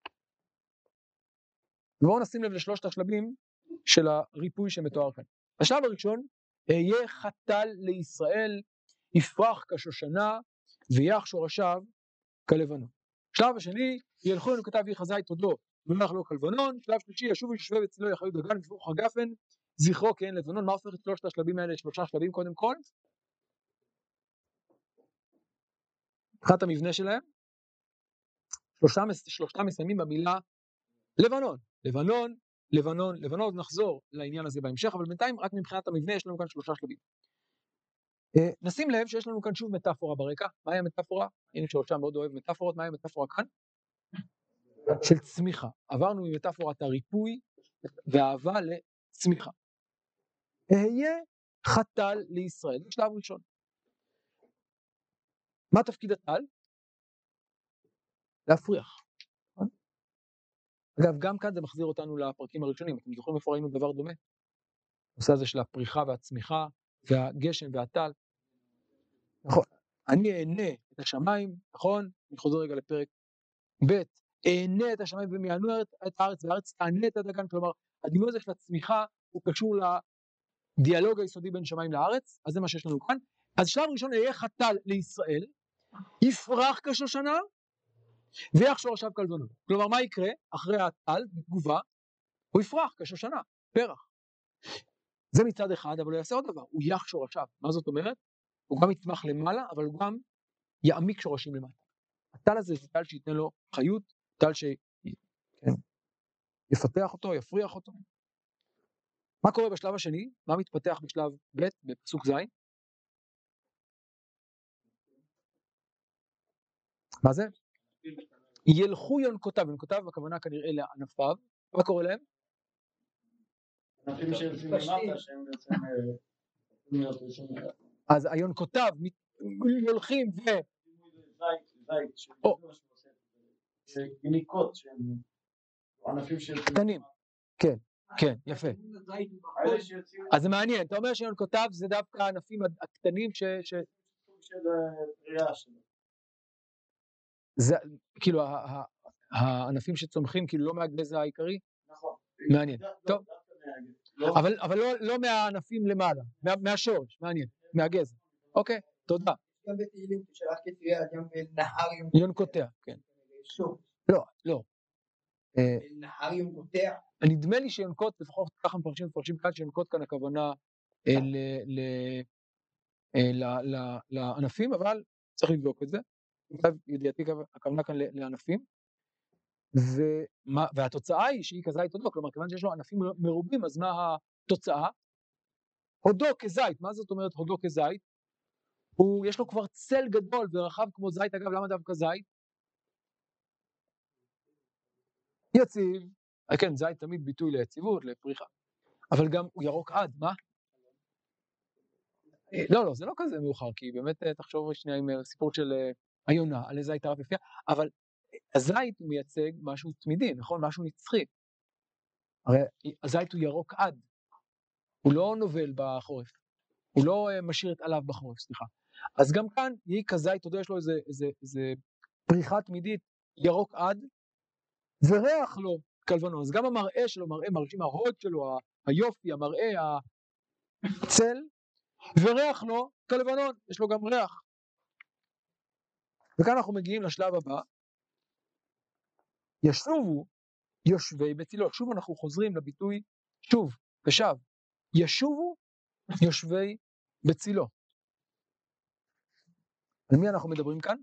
ובואו נשים לב לשלושת השלבים של הריפוי שמתואר כאן. השלב הראשון, אהיה חתל לישראל, יפרח כשושנה, ויח שורשיו כלבנון. שלב השני, ילכו לנו כתב יחי זית תודו, ומלך לו כלבנון. שלב שלישי, ישובו ישווה בצלו יחיו דגן, יפרח הגפן, זכרו כעין לבנון. מה הופך את שלושת השלבים האלה לשלושה שלבים קודם כל? מבחינת המבנה שלהם, שלושתם, שלושתם מסיימים במילה לבנון, לבנון, לבנון, לבנון, נחזור לעניין הזה בהמשך, אבל בינתיים רק מבחינת המבנה יש לנו כאן שלושה שלבים. נשים לב שיש לנו כאן שוב מטאפורה ברקע. מהי המטאפורה? הנה שהושע מאוד אוהב מטאפורות. מהי המטאפורה כאן? של צמיחה. עברנו ממטאפורת הריפוי והאהבה לצמיחה. אהיה חתל לישראל. זה שלב ראשון. מה תפקיד הטל? להפריח. אגב, גם כאן זה מחזיר אותנו לפרקים הראשונים. אתם זוכרים איפה ראינו דבר דומה? הנושא הזה של הפריחה והצמיחה והגשם והטל. נכון. אני אענה את השמיים, נכון? אני חוזר רגע לפרק ב', אענה את השמיים והם יענו את הארץ, והארץ תענה את הדגן. כלומר, הדימוי הזה של הצמיחה הוא קשור לדיאלוג היסודי בין שמיים לארץ, אז זה מה שיש לנו כאן. אז שלב ראשון, אהיה חתל לישראל, יפרח כשושנה, ויח שורשיו כלבנון. כלומר, מה יקרה אחרי הטל, בתגובה? הוא יפרח כשושנה, פרח. זה מצד אחד, אבל הוא יעשה עוד דבר, הוא יח שורשיו. מה זאת אומרת? הוא גם יצמח למעלה, אבל הוא גם יעמיק שורשים למטה. הטל הזה זה טל שייתן לו חיות, טל שיפתח אותו, יפריח אותו. מה קורה בשלב השני? מה מתפתח בשלב ב' בפסוק ז'? מה זה? ילכו יונקותיו, יונקותיו בכוונה כנראה לענפיו. מה קורה להם? ענפים שיוצאים למטה, שהם בעצם... אז היונקותיו הולכים ו... יניקות שהם ענפים שיוצאים... קטנים, כן, כן, יפה. אז זה מעניין, אתה אומר שיונקותיו זה דווקא הענפים הקטנים ש... של פריאה שלו. זה כאילו הענפים שצומחים כאילו לא מהגזע העיקרי? נכון. מעניין, טוב. אבל לא מהענפים למעלה, מהשורש, מעניין, מהגזע. אוקיי, תודה. גם בתהילים ששלח כתריעה, גם בנהר יונקותיה, כן. שוב. לא, לא. נהר יונקותיה. נדמה לי שיונקות, לפחות ככה מפרשים מפרשים כאן, שיונקות כאן הכוונה לענפים, אבל צריך לבדוק את זה. ידיעתי הכוונה כאן לענפים. והתוצאה היא שהיא כזית הודו, כלומר כיוון שיש לו ענפים מרובים, אז מה התוצאה? הודו כזית. מה זאת אומרת הודו כזית? הוא, יש לו כבר צל גדול ורחב כמו זית. אגב, למה דווקא זית? יציב. כן, זית תמיד ביטוי ליציבות, לפריחה. אבל גם הוא ירוק עד, מה? לא, לא, זה לא כזה מאוחר, כי באמת תחשוב שנייה עם סיפור של היונה, על איזה זית הרב יפיע, אבל הזית הוא מייצג משהו תמידי, נכון? משהו נצחי. הרי הזית הוא ירוק עד. הוא לא נובל בחורף. הוא לא משאיר את עליו בחורף, סליחה. אז גם כאן, יהי כזית, תודה, יש לו איזה, איזה, איזה פריחה תמידית, ירוק עד, וריח לו כלבנון. אז גם המראה שלו, מראה, מרשים ההוד שלו, היופי, המראה, הצל, וריח לו כלבנון, יש לו גם ריח. וכאן אנחנו מגיעים לשלב הבא, ישובו יושבי בצילו. שוב אנחנו חוזרים לביטוי, שוב, ושב, ישובו יושבי בצילו. על מי אנחנו מדברים כאן?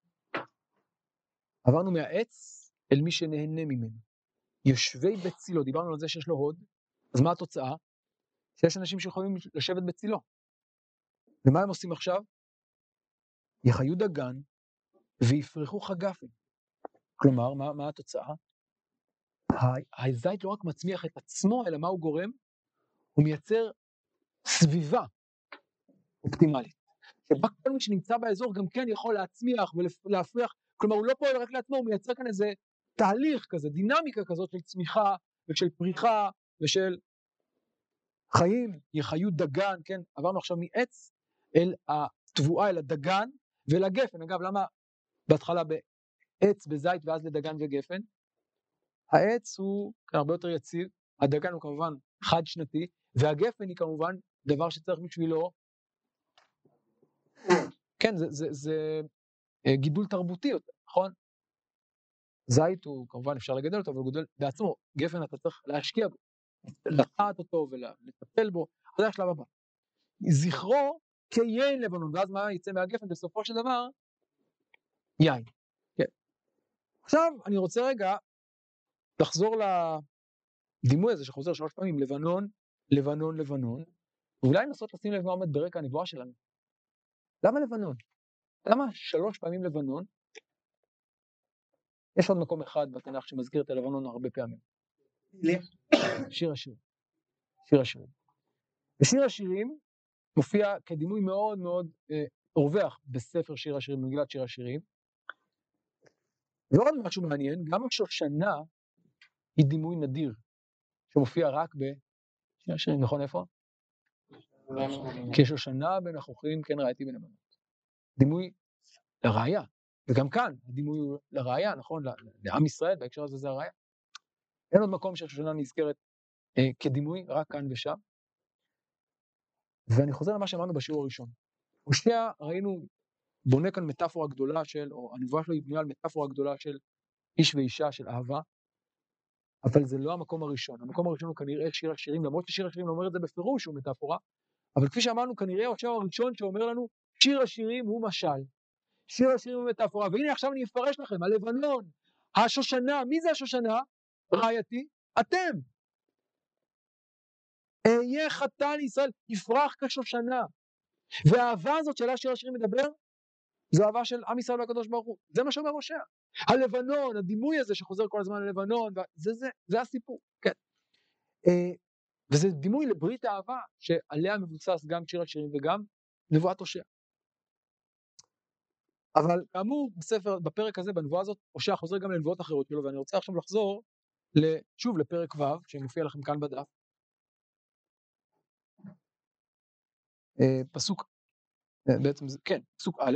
עברנו מהעץ אל מי שנהנה ממנו. יושבי בצילו, דיברנו על זה שיש לו הוד, אז מה התוצאה? שיש אנשים שיכולים לשבת בצילו. ומה הם עושים עכשיו? יחיו דגן ויפרחו חגפן. כלומר, מה, מה התוצאה? הזית לא רק מצמיח את עצמו, אלא מה הוא גורם? הוא מייצר סביבה אופטימלית, שבה כל מי שנמצא באזור גם כן יכול להצמיח ולהפריח, כלומר הוא לא פועל רק לעצמו, הוא מייצר כאן איזה תהליך כזה, דינמיקה כזאת של צמיחה ושל פריחה ושל חיים, יחיו דגן, כן, עברנו עכשיו מעץ אל התבואה, אל הדגן ואל הגפן. אגב, למה בהתחלה בעץ, בזית ואז לדגן וגפן? העץ הוא הרבה יותר יציב, הדגן הוא כמובן חד שנתי, והגפן היא כמובן דבר שצריך בשבילו, כן, זה, זה, זה גידול תרבותי יותר, נכון? זית הוא כמובן אפשר לגדל אותו, אבל הוא גדל בעצמו, גפן אתה צריך להשקיע בו, לטעת אותו ולטפל בו, זה השלב הבא. זכרו כיין לבנון, ואז מה יצא מהגפן? בסופו של דבר, יין. כן. עכשיו אני רוצה רגע לחזור לדימוי הזה שחוזר שלוש פעמים, לבנון, לבנון, לבנון, ואולי לנסות לשים לב מה עומד ברקע הנבואה שלנו. למה לבנון? למה שלוש פעמים לבנון? יש עוד מקום אחד בתנ"ך שמזכיר את הלבנון הרבה פעמים. שיר השירים. שיר השירים. ושיר השירים מופיע כדימוי מאוד מאוד אה, רווח בספר שיר השירים, במגילת שיר השירים. ועוד משהו מעניין, גם השושנה היא דימוי נדיר, שמופיע רק בשיר השירים, נכון איפה? כשושנה בין החוכים כן ראיתי בין הבנות. דימוי לראיה, וגם כאן הדימוי הוא לראיה, נכון? לעם ישראל, בהקשר הזה זה הראיה. אין עוד מקום שהשושנה נזכרת אה, כדימוי, רק כאן ושם. ואני חוזר למה שאמרנו בשיעור הראשון. הושע, ראינו, בונה כאן מטאפורה גדולה של, או הנבואה שלו היא בנויה על מטאפורה גדולה של איש ואישה, של אהבה, אבל זה לא המקום הראשון. המקום הראשון הוא כנראה שיר השירים, למרות ששיר השירים אומר את זה בפירוש הוא מטאפורה, אבל כפי שאמרנו, כנראה הושע הראשון שאומר לנו, שיר השירים הוא משל, שיר השירים הוא מטאפורה, והנה עכשיו אני אפרש לכם, הלבנון, השושנה, מי זה השושנה? רעייתי, אתם. אהיה חתן ישראל, יפרח כשושנה. והאהבה הזאת שלה שיר השירים מדבר, זו אהבה של עם ישראל והקדוש ברוך הוא. זה מה שאומר הושע. הלבנון, הדימוי הזה שחוזר כל הזמן ללבנון, זה, זה, זה הסיפור, כן. וזה דימוי לברית האהבה, שעליה מבוסס גם שיר השירים וגם נבואת הושע. אבל כאמור, בספר, בפרק הזה, בנבואה הזאת, הושע חוזר גם לנבואות אחרות שלו, ואני רוצה עכשיו לחזור, שוב לפרק ו', שמופיע לכם כאן בדף. פסוק, בעצם זה, כן, פסוק א',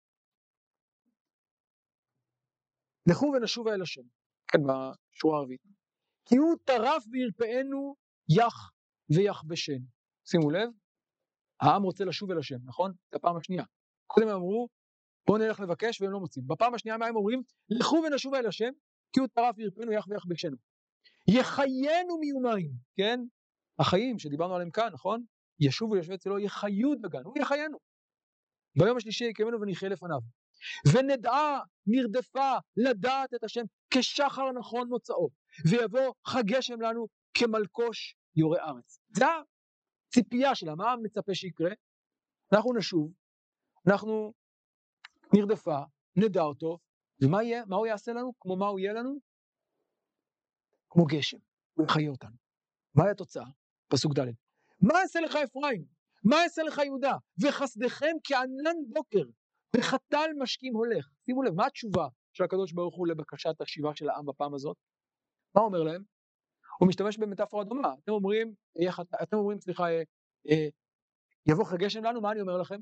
לכו ונשובה אל השם, כן, בשורה הרביעית. כי הוא טרף וירפאנו יח ויחבשנו. שימו לב, העם רוצה לשוב אל השם, נכון? זה הפעם השנייה. קודם הם אמרו, בואו נלך לבקש והם לא מוצאים. בפעם השנייה מה הם אומרים? לכו ונשובה אל השם, כי הוא טרף וירפאנו יח ויחבשנו. יחיינו מיומיים, כן? החיים שדיברנו עליהם כאן, נכון? ישוב וישב אצלו, יחיו דגן, הוא יחיינו. ביום השלישי יקיימנו ונחיה לפניו. ונדעה נרדפה לדעת את השם כשחר נכון מוצאו, ויבוא חגשם לנו כמלקוש יורה ארץ. זה הציפייה שלה, מה מצפה שיקרה? אנחנו נשוב, אנחנו נרדפה, נדע אותו, ומה יהיה? מה הוא יעשה לנו? כמו מה הוא יהיה לנו? כמו גשם, הוא יחיה אותנו. מהי התוצאה? פסוק ד'. מה יעשה לך אפרים? מה יעשה לך יהודה? וחסדכם כענן בוקר, וחתל משקים הולך. שימו לב, מה התשובה של הקדוש ברוך הוא לבקשת השיבה של העם בפעם הזאת? מה אומר להם? הוא משתמש במטאפורה דומה. אתם אומרים, אתם אומרים, סליחה, אה, אה, יבוא חגשם לנו, מה אני אומר לכם?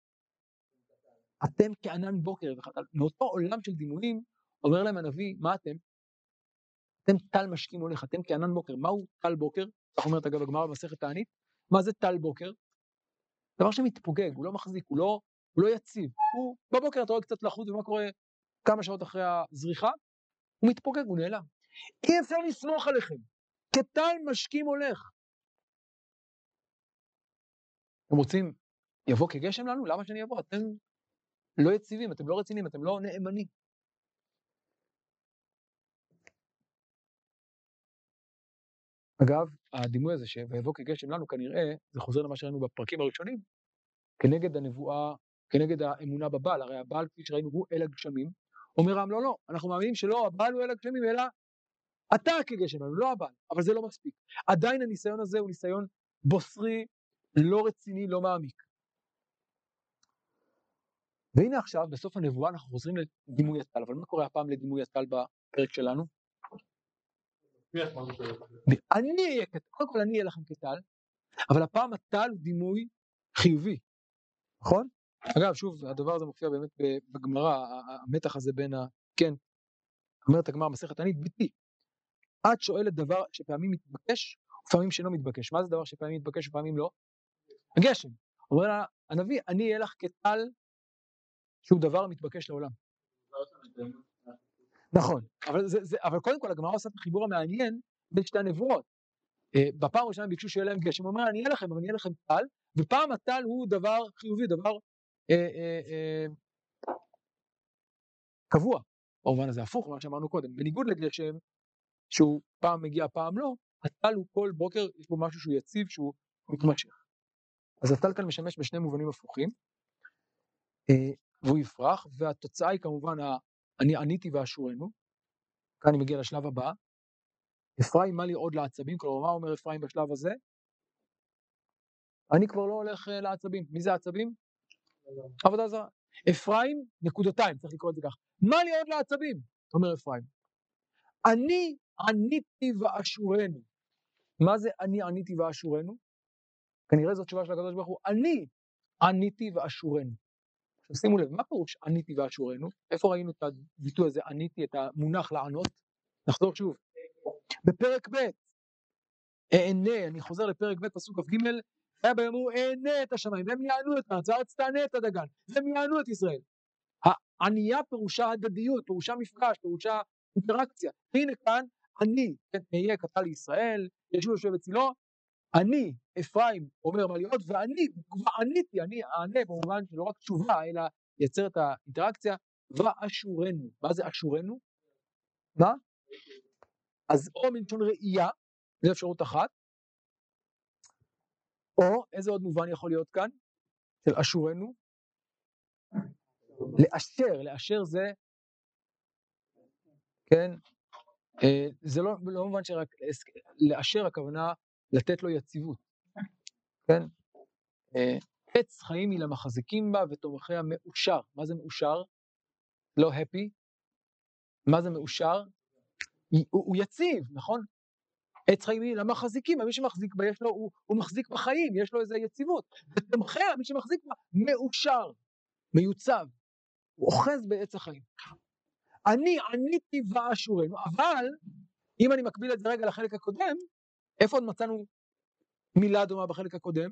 אתם כענן בוקר וחתל. מאותו עולם של דימויים, אומר להם הנביא, מה אתם? אתם טל משקים הולך, אתם כענן בוקר. מהו טל בוקר? כך אומרת אגב הגמרא במסכת תענית. מה זה טל בוקר? דבר שמתפוגג, הוא לא מחזיק, הוא לא, הוא לא יציב. הוא, בבוקר אתה רואה קצת לחוץ, ומה קורה כמה שעות אחרי הזריחה? הוא מתפוגג, הוא נעלם. אי אפשר לסמוך עליכם. כטל משקים הולך. אתם רוצים, יבוא כגשם לנו? למה שאני אבוא? אתם לא יציבים, אתם לא רצינים, אתם לא נאמנים. אגב, הדימוי הזה שויבוא כגשם לנו, כנראה, זה חוזר למה שראינו בפרקים הראשונים, כנגד הנבואה, כנגד האמונה בבעל, הרי הבעל, כפי שראינו, הוא אל הגשמים, אומר העם, לא, לא, אנחנו מאמינים שלא, הבעל הוא אל הגשמים, אלא אתה כגשם, לא הבעל, אבל זה לא מספיק. עדיין הניסיון הזה הוא ניסיון בוסרי, לא רציני, לא מעמיק. והנה עכשיו, בסוף הנבואה, אנחנו חוזרים לדימוי הטל, אבל מה קורה הפעם לדימוי הטל בפרק שלנו? אני אהיה כטל, קודם כל אני אהיה לכם כטל, אבל הפעם הטל הוא דימוי חיובי, נכון? אגב, שוב, הדבר הזה מופיע באמת בגמרא, המתח הזה בין ה... כן, אומרת הגמרא מסכת תענית, ביתי, את שואלת דבר שפעמים מתבקש, ופעמים שלא מתבקש. מה זה דבר שפעמים מתבקש ופעמים לא? הגשם. אומר לה, הנביא, אני אהיה לך כטל, שהוא דבר מתבקש לעולם. נכון, אבל, זה, זה, אבל קודם כל הגמרא עושה את החיבור המעניין בין שתי הנבואות. Uh, בפעם הראשונה ביקשו שיהיה להם גשם, הוא אומר, אני אהיה לכם, אבל אני אהיה לכם טל, ופעם הטל הוא דבר חיובי, דבר uh, uh, uh, קבוע. במובן הזה הפוך, מה שאמרנו קודם, בניגוד לגשם, שהוא פעם מגיע, פעם לא, הטל הוא כל בוקר, יש בו משהו שהוא יציב, שהוא מתמשך. אז הטל כאן משמש בשני מובנים הפוכים, uh, והוא יפרח, והתוצאה היא כמובן, אני עניתי ואשורנו, כאן אני מגיע לשלב הבא, אפרים מה לי עוד לעצבים, כלומר מה אומר אפרים בשלב הזה? אני כבר לא הולך uh, לעצבים, מי זה העצבים? עבודה זרה. אפרים נקודתיים, צריך לקרוא את זה כך, מה לי עוד לעצבים? אומר אפרים, אני עניתי ואשורנו. מה זה אני עניתי ואשורנו? כנראה זאת תשובה של הקדוש ברוך הוא, אני עניתי ואשורנו. עכשיו שימו לב, מה פירוש עניתי ואשורנו? איפה ראינו את הביטוי הזה, עניתי, את המונח לענות? נחזור שוב. בפרק ב' אענה, אני חוזר לפרק ב' פסוק כ"ג, היה ביאמרו אענה את השמיים, והם יענו את הארץ, הארץ תענה את הדגן, והם יענו את ישראל. הענייה פירושה הדדיות, פירושה מפגש, פירושה אינטראקציה. הנה כאן, אני, כן, אהיה כטל לישראל, ישוב יושב בצילו, אני, אפרים, אומר מה להיות, ואני, כבר עניתי, אני אענה במובן שלא רק תשובה, אלא ייצר את האינטראקציה, ואשורנו. מה זה אשורנו? מה? אז או מלשון ראייה, זו אפשרות אחת, או איזה עוד מובן יכול להיות כאן, של אשורנו? לאשר, לאשר זה, כן, זה לא, לא מובן שרק, לאשר הכוונה לתת לו יציבות, כן, עץ חיים היא למחזיקים בה ותומכיה מאושר. מה זה מאושר? לא happy. מה זה מאושר? הוא, הוא יציב, נכון? עץ חיים היא למחזיקים בה, מי שמחזיק בה יש לו, הוא, הוא מחזיק בחיים, יש לו איזו יציבות, ותומכיה, מי שמחזיק בה, מאושר, מיוצב, הוא אוחז בעץ החיים. אני עניתי ואשורנו, אבל אם אני מקביל את זה רגע לחלק הקודם, איפה עוד מצאנו מילה דומה בחלק הקודם?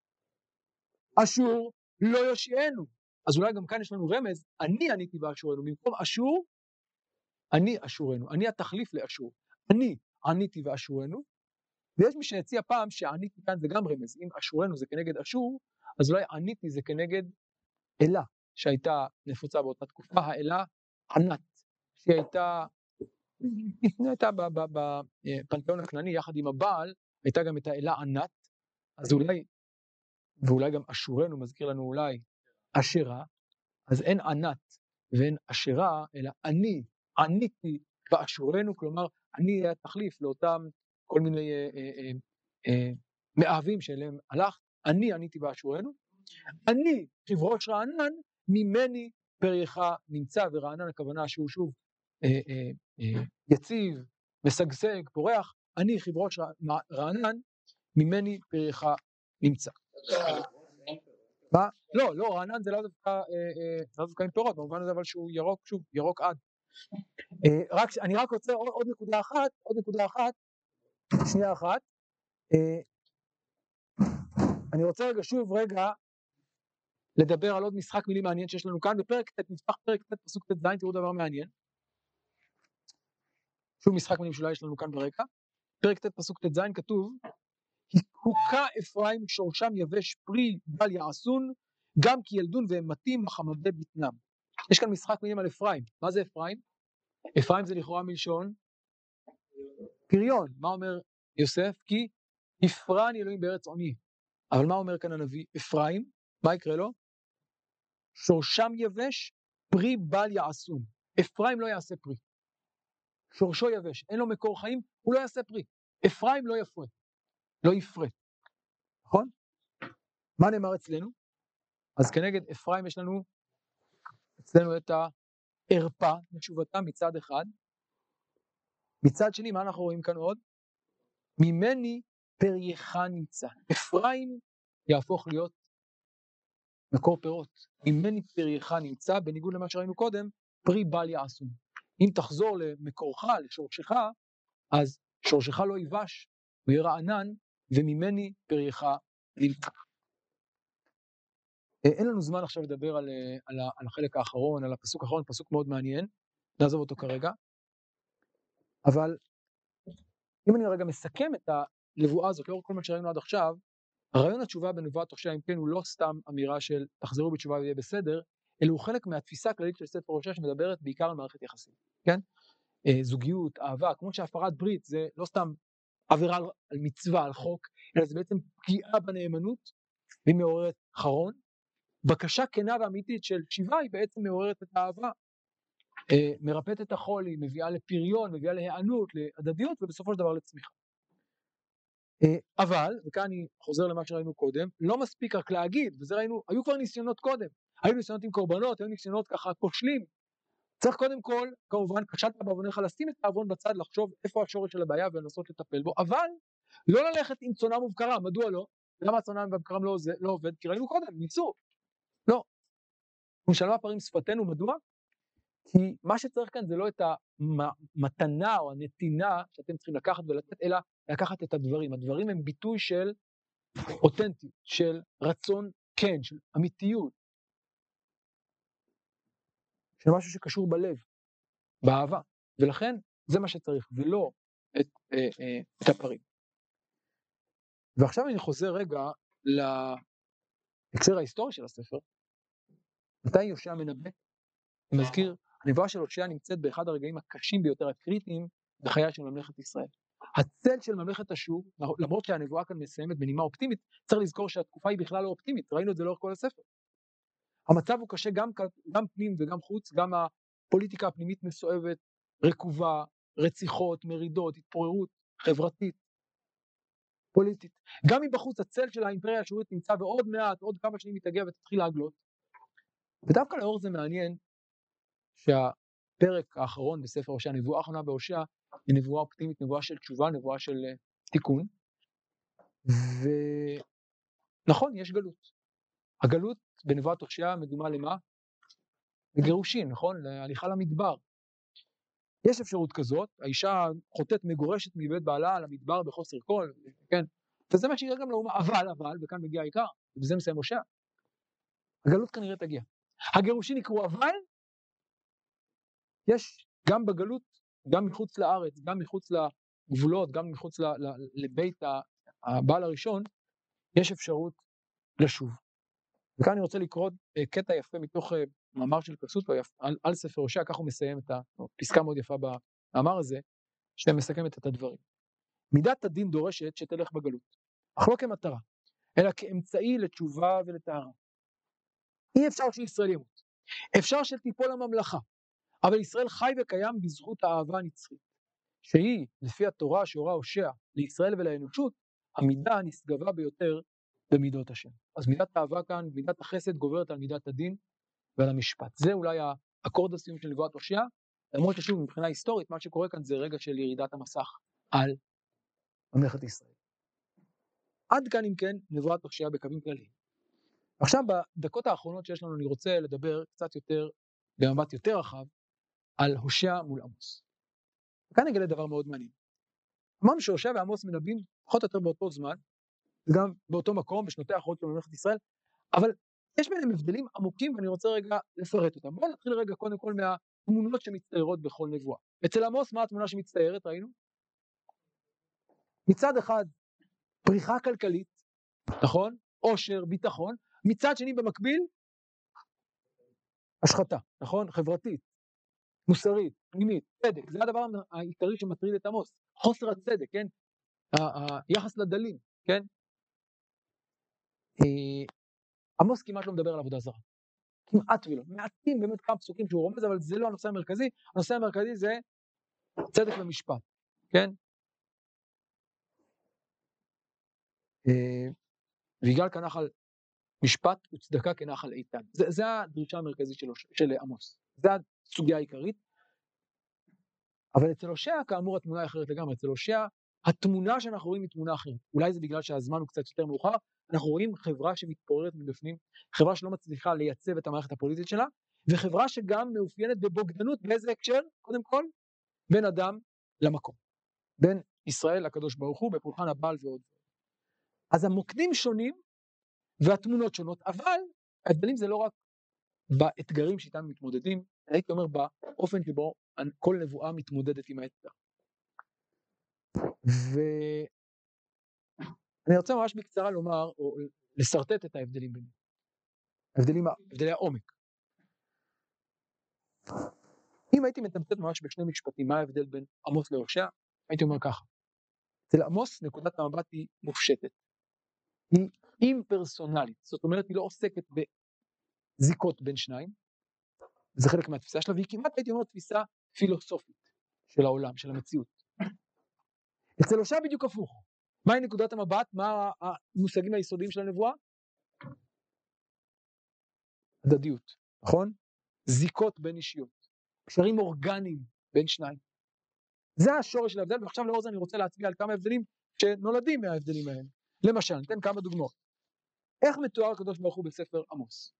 אשור לא יושיענו. אז אולי גם כאן יש לנו רמז, אני עניתי ואשורנו, במקום אשור, אני אשורנו, אני התחליף לאשור, אני עניתי ואשורנו, ויש מי שהציע פעם שעניתי כאן זה גם רמז, אם אשורנו זה כנגד אשור, אז אולי עניתי זה כנגד אלה, שהייתה נפוצה באותה תקופה, האלה ענת, שהיא הייתה, הייתה בפנתיאון הכנעני, יחד עם הבעל, הייתה גם את האלה ענת, אז אולי, ואולי גם אשורנו מזכיר לנו אולי אשרה, אז אין ענת ואין אשרה, אלא אני עניתי ואשורנו, כלומר אני אהיה תחליף לאותם כל מיני אה, אה, אה, אה, מאהבים שאליהם הלך, אני עניתי ואשורנו, אני כבראש רענן, ממני פרייך נמצא, ורענן הכוונה שהוא שוב אה, אה, אה, יציב, משגשג, פורח, אני כבראש רענן, ממני פרייך נמצא. מה? לא, לא, רענן זה לא דווקא, לא דווקא עם פירות, במובן הזה אבל שהוא ירוק, שוב, ירוק עד. רק, אני רק רוצה עוד, עוד נקודה אחת, עוד נקודה אחת, שנייה אחת. אני רוצה רגע, שוב רגע, לדבר על עוד משחק מילים מעניין שיש לנו כאן, בפרק ט', נפתח פרק ט', פסוק ט' ז', תראו דבר מעניין. שוב משחק מילים שאולי יש לנו כאן ברקע. פרק ט', פסוק ט' ז', כתוב, הוקע אפרים שורשם יבש פרי בל יעשון, גם כי ילדון והם מתים מחמדי בטנם. יש כאן משחק מילים על אפרים. מה זה אפרים? אפרים זה לכאורה מלשון פריון. מה אומר יוסף? כי הפרני אלוהים בארץ עוני. אבל מה אומר כאן הנביא? אפרים, מה יקרה לו? שורשם יבש, פרי בל יעשון. אפרים לא יעשה פרי. שורשו יבש, אין לו מקור חיים, הוא לא יעשה פרי. אפרים לא יפרה, לא יפרה. נכון? מה נאמר אצלנו? אז כנגד אפרים יש לנו אצלנו את הערפה, תשובתה מצד אחד. מצד שני, מה אנחנו רואים כאן עוד? ממני פרייך נמצא. אפרים יהפוך להיות מקור פירות. ממני פרייך נמצא, בניגוד למה שראינו קודם, פרי בל יעשו. אם תחזור למקורך, לשורשך, אז שורשך לא ייבש, הוא יהיה רענן, וממני פרייך נמצא. אין לנו זמן עכשיו לדבר על, על, על החלק האחרון, על הפסוק האחרון, פסוק מאוד מעניין, נעזוב אותו כרגע, אבל אם אני רגע מסכם את הנבואה הזאת, לאור כל מה שראינו עד עכשיו, הרעיון התשובה בנבואת הושע, אם כן, הוא לא סתם אמירה של תחזרו בתשובה ויהיה בסדר, אלא הוא חלק מהתפיסה הכללית של ספר הושע שמדברת בעיקר על מערכת יחסים, כן? זוגיות, אהבה, כמו שהפרת ברית זה לא סתם עבירה על, על מצווה, על חוק, אלא זה בעצם פגיעה בנאמנות, והיא מעוררת חרון. בקשה כנה ואמיתית של שיבה היא בעצם מעוררת את האהבה, אה, מרפאת את החולי, מביאה לפריון, מביאה להיענות, להדדיות, ובסופו של דבר לצמיחה. אה, אבל, וכאן אני חוזר למה שראינו קודם, לא מספיק רק להגיד, וזה ראינו, היו כבר ניסיונות קודם, היו ניסיונות עם קורבנות, היו ניסיונות ככה כושלים, צריך קודם כל, כמובן, כשלת בעוונך לשים את העוון בצד, לחשוב איפה השורש של הבעיה ולנסות לטפל בו, אבל לא ללכת עם צונם ובקרם. מדוע לא? למה הצונם ובקרם לא, לא עובד? כי ראינו קודם, ניסו. לא. ומשלמה פרים שפתנו, מדוע? כי מה שצריך כאן זה לא את המתנה או הנתינה שאתם צריכים לקחת ולתת, אלא לקחת את הדברים. הדברים הם ביטוי של אותנטיות, של רצון כן, של אמיתיות, של משהו שקשור בלב, באהבה, ולכן זה מה שצריך, ולא את, אה, אה, את הפרים. ועכשיו אני חוזר רגע להקשר ההיסטורי של הספר. מתי יושע מנבא? אני מזכיר, הנבואה של הושע נמצאת באחד הרגעים הקשים ביותר, הקריטיים, בחייה של ממלכת ישראל. הצל של ממלכת אשור, למרות שהנבואה כאן מסיימת בנימה אופטימית, צריך לזכור שהתקופה היא בכלל לא אופטימית, ראינו את זה לאורך כל הספר. המצב הוא קשה גם, גם פנים וגם חוץ, גם הפוליטיקה הפנימית מסואבת, רקובה, רציחות, מרידות, התפוררות חברתית, פוליטית. גם מבחוץ הצל של האימפריה האשורית נמצא ועוד מעט, עוד כמה שנים מתהגה ותתחיל להגלות. ודווקא לאור זה מעניין שהפרק האחרון בספר הושע, הנבואה האחרונה בהושע, היא נבואה אופטימית, נבואה של תשובה, נבואה של uh, תיקון. ונכון, יש גלות. הגלות בנבואת הושע מדומה למה? לגירושין, נכון? להליכה למדבר. יש אפשרות כזאת, האישה חוטאת מגורשת מבית בעלה למדבר בחוסר כל, כן? וזה מה שיקרה גם לאומה, אבל, אבל, וכאן מגיע העיקר, ובזה מסיים הושע. הגלות כנראה תגיע. הגירושין יקרו, אבל יש גם בגלות, גם מחוץ לארץ, גם מחוץ לגבולות, גם מחוץ ל, ל, לבית הבעל הראשון, יש אפשרות לשוב. וכאן אני רוצה לקרוא קטע יפה מתוך מאמר של קסוטו על, על ספר הושע, כך הוא מסיים את הפסקה מאוד יפה במאמר הזה, שמסכמת את הדברים. מידת הדין דורשת שתלך בגלות, אך לא כמטרה, אלא כאמצעי לתשובה ולטהרה. אי אפשר שישראל ימות, אפשר שתיפול הממלכה, אבל ישראל חי וקיים בזכות האהבה הנצחית, שהיא, לפי התורה שהורה הושע לישראל ולאנושות, המידה הנשגבה ביותר במידות השם. אז מידת האהבה כאן, מידת החסד גוברת על מידת הדין ועל המשפט. זה אולי האקורד הסיום של נבואת הושע, למרות ששוב מבחינה היסטורית, מה שקורה כאן זה רגע של ירידת המסך על ממלכת ישראל. עד כאן אם כן נבואת הושע בקווים כלליים. עכשיו בדקות האחרונות שיש לנו אני רוצה לדבר קצת יותר, במבט יותר רחב, על הושע מול עמוס. וכאן נגלה דבר מאוד מעניין. אמרנו שהושע ועמוס מנבאים פחות או יותר באותו זמן, וגם באותו מקום בשנותיה האחרונות של ממלכת ישראל, אבל יש ביניהם הבדלים עמוקים ואני רוצה רגע לפרט אותם. בואו נתחיל רגע קודם כל מהתמונות שמצטיירות בכל נבואה. אצל עמוס מה התמונה שמצטיירת, ראינו? מצד אחד פריחה כלכלית, נכון? עושר, ביטחון, מצד שני במקביל השחתה, נכון? חברתית, מוסרית, פנימית, צדק, זה הדבר העיקרי שמטריד את עמוס, חוסר הצדק, כן? היחס לדלים, כן? עמוס כמעט לא מדבר על עבודה זרה, כמעט ולא, מעטים באמת כמה פסוקים שהוא רומז, אבל זה לא הנושא המרכזי, הנושא המרכזי זה צדק ומשפט, כן? ויגאל כנחל משפט וצדקה כנחל איתן, זה, זה הדרישה המרכזית של, של עמוס, זה הסוגיה העיקרית, אבל אצל הושע כאמור התמונה היא אחרת לגמרי, אצל הושע התמונה שאנחנו רואים היא תמונה אחרת, אולי זה בגלל שהזמן הוא קצת יותר מאוחר, אנחנו רואים חברה שמתפוררת מבפנים, חברה שלא מצליחה לייצב את המערכת הפוליטית שלה, וחברה שגם מאופיינת בבוגדנות, באיזה הקשר? קודם כל, בין אדם למקום, בין ישראל לקדוש ברוך הוא, בפולחן הבעל ועוד. אז המוקדים שונים, והתמונות שונות, אבל ההבדלים זה לא רק באתגרים שאיתם מתמודדים, הייתי אומר באופן שבו כל נבואה מתמודדת עם האתגר. ואני רוצה ממש בקצרה לומר, או לסרטט את ההבדלים ביניהם. ההבדלים, הבדלי העומק. אם הייתי מתמצת ממש בשני משפטים, מה ההבדל בין עמוס להושע, הייתי אומר ככה. אצל עמוס נקודת המבט היא מופשטת. היא אימפרסונלית, זאת אומרת היא לא עוסקת בזיקות בין שניים, זה חלק מהתפיסה שלה, והיא כמעט הייתי אומר תפיסה פילוסופית של העולם, של המציאות. אצל הושע בדיוק הפוך. מהי נקודת המבט? מה המושגים היסודיים של הנבואה? הדדיות, נכון? זיקות בין אישיות, קשרים אורגניים בין שניים. זה השורש של ההבדל, ועכשיו לאור זה אני רוצה להצביע על כמה הבדלים שנולדים מההבדלים האלה. למשל, ניתן כמה דוגמאות. איך מתואר הקדוש ברוך הוא בספר עמוס?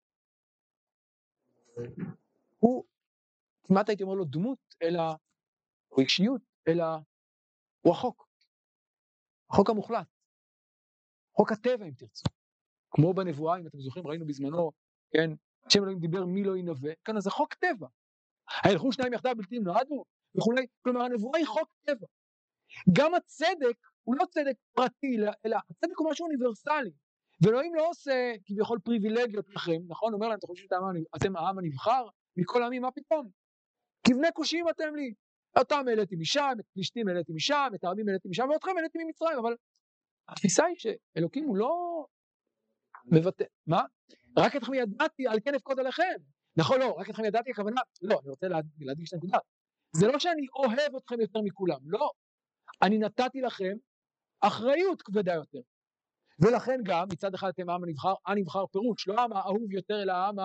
הוא, כמעט הייתי אומר לו דמות, אלא, או אישיות, אלא הוא החוק. החוק המוחלט. חוק הטבע, אם תרצו. כמו בנבואה, אם אתם זוכרים, ראינו בזמנו, כן, שם אלוהים דיבר מי לא ינבא, כאן זה חוק טבע. הלכו שניים יחדיו בלתי נועדו, וכולי, כלומר הנבואה היא חוק טבע. גם הצדק הוא לא צדק פרטי, אלא הצדק הוא משהו אוניברסלי. ואלוהים לא עושה כביכול פריבילגיות לכם, נכון? אומר להם, אתם חושבים שאתם העם הנבחר, מכל העמים, מה פתאום? כבני כושים אתם לי. אותם העליתי משם, את פלישתים העליתי משם, את העמים העליתי משם, ואותכם העליתי ממצרים, אבל התפיסה היא שאלוקים הוא לא מבטא, מה? רק אתכם ידעתי, על כן אפקוד עליכם. נכון, לא, רק אתכם ידעתי, הכוונה, לא, אני רוצה להדגיש את הנקודה. זה לא שאני אוהב אתכם יותר מכולם, לא. אני נתתי לכם אחריות כבדה יותר. ולכן גם, מצד אחד אתם העם הנבחר, הנבחר פירוש, לא העם האהוב יותר, אלא העם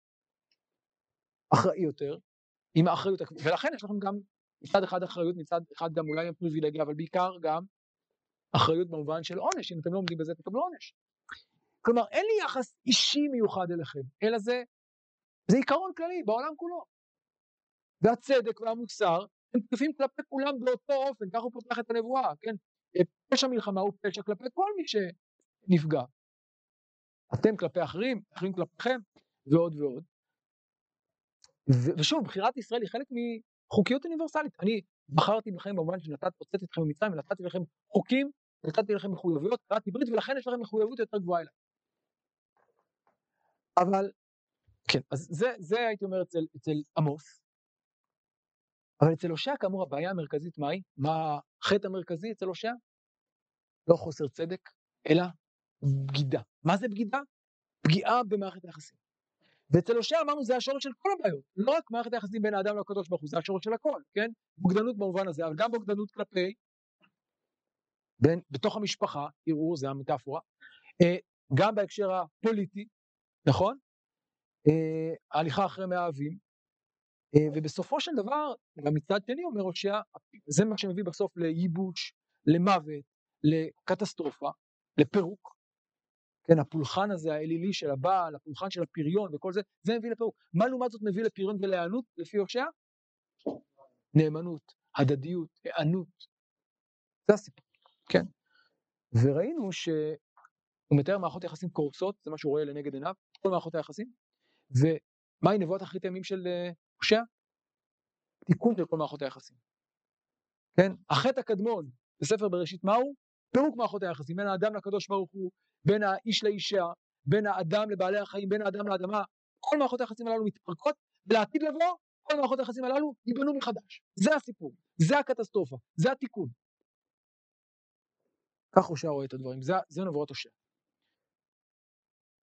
האחראי יותר, עם האחריות, ולכן יש לכם גם מצד אחד אחריות, מצד אחד גם אולי פריבילגיה, אבל בעיקר גם אחריות במובן של עונש, אם אתם לא עומדים בזה, תקבלו עונש. כלומר, אין לי יחס אישי מיוחד אליכם, אלא זה, זה עיקרון כללי בעולם כולו. והצדק והמוסר, הם תקפים כלפי כולם באותו אופן, כך הוא פותח את הנבואה, כן? פשע מלחמה הוא פשע כלפי כל מי שנפגע. אתם כלפי אחרים, אחרים כלפיכם, ועוד ועוד. ו- ושוב, בחירת ישראל היא חלק מחוקיות אוניברסלית. אני בחרתי בכם במובן שנתתי, הוצאתי אתכם ממצרים, ונתתי לכם חוקים, נתתי לכם מחויבויות, קראתי ברית, ולכן יש לכם מחויבות יותר גבוהה אליי. אבל, כן, אז זה, זה הייתי אומר אצל, אצל עמוס. אבל אצל הושע, כאמור, הבעיה המרכזית, מהי? מה החטא המרכזי אצל הושע? לא חוסר צדק, אלא בגידה. מה זה בגידה? פגיעה במערכת היחסים. ואצל הושע אמרנו, זה השורש של כל הבעיות. לא רק מערכת היחסים בין האדם לקדוש ברוך הוא, זה השורש של הכל, כן? בוגדנות במובן הזה, אבל גם בוגדנות כלפי, בין, בתוך המשפחה, ערעור, זה המטאפורה, אה, גם בהקשר הפוליטי, נכון? אה, ההליכה אחרי מאהבים, אה, ובסופו של דבר, גם מצד שני אומר הושע, זה מה שמביא בסוף לייבוש, למוות, לקטסטרופה, לפירוק, כן, הפולחן הזה האלילי של הבעל, הפולחן של הפריון וכל זה, זה מביא לפירוק. מה לעומת זאת מביא לפריון ולהיענות לפי הושע? נאמנות, הדדיות, הענות. זה הסיפור, כן. וראינו שהוא מתאר מערכות יחסים קורסות, זה מה שהוא רואה לנגד עיניו, כל מערכות היחסים, ומהי נבואת אחרית הימים של הושע? תיקון של כל מערכות היחסים. כן, החטא הקדמון בספר בראשית מהו? פירוק מערכות היחסים, בין האדם לקדוש ברוך הוא, בין האיש לאישה, בין האדם לבעלי החיים, בין האדם לאדמה, כל מערכות היחסים הללו מתפרקות, ולעתיד לבוא, כל מערכות היחסים הללו ייבנו מחדש. זה הסיפור, זה הקטסטרופה, זה התיקון. כך הושע רואה את הדברים, זה, זה נבואת הושע.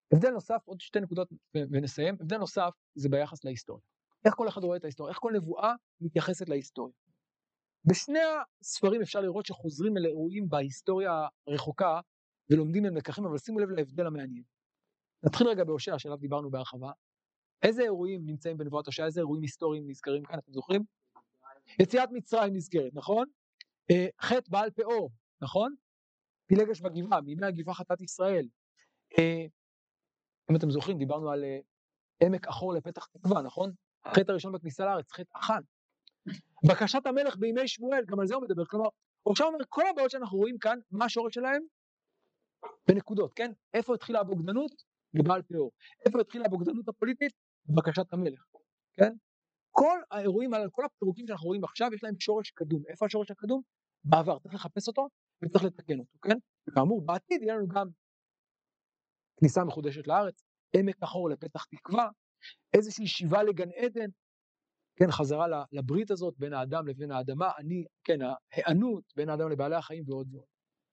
הבדל נוסף, עוד שתי נקודות ונסיים, הבדל נוסף זה ביחס להיסטוריה. איך כל אחד רואה את ההיסטוריה, איך כל נבואה מתייחסת להיסטוריה. בשני הספרים אפשר לראות שחוזרים אל אירועים בהיסטוריה הרחוקה, ולומדים מהם לקחים, אבל שימו לב להבדל המעניין. נתחיל רגע בהושע, שעליו דיברנו בהרחבה. איזה אירועים נמצאים בנבואת הושע, איזה אירועים היסטוריים נזכרים כאן, אתם זוכרים? יציאת מצרים נזכרת, נכון? אה, חטא בעל פאור, נכון? פילגש בגבעה, מימי הגבעה חטאת ישראל. אה, אם אתם זוכרים, דיברנו על אה, עמק אחור לפתח תקווה, נכון? החטא הראשון בכניסה לארץ, חטא אחן. בקשת המלך בימי שמואל, גם על זה הוא מדבר, כלומר, עכשיו אומר, כל הבעיות שאנחנו רואים כאן, מה השורש שלהם? בנקודות, כן? איפה התחילה הבוגדנות? בבעל פאור. איפה התחילה הבוגדנות הפוליטית? בבקשת המלך, כן? כל האירועים על כל הפירוקים שאנחנו רואים עכשיו, יש להם שורש קדום. איפה השורש הקדום? בעבר, צריך לחפש אותו וצריך לתקן אותו, כן? וכאמור, בעתיד יהיה לנו גם כניסה מחודשת לארץ, עמק אחור לפתח תקווה, איזושהי שיבה לגן עדן, כן, חזרה לברית הזאת בין האדם לבין האדמה, אני, כן, ההיענות בין האדם לבעלי החיים ועוד ועוד.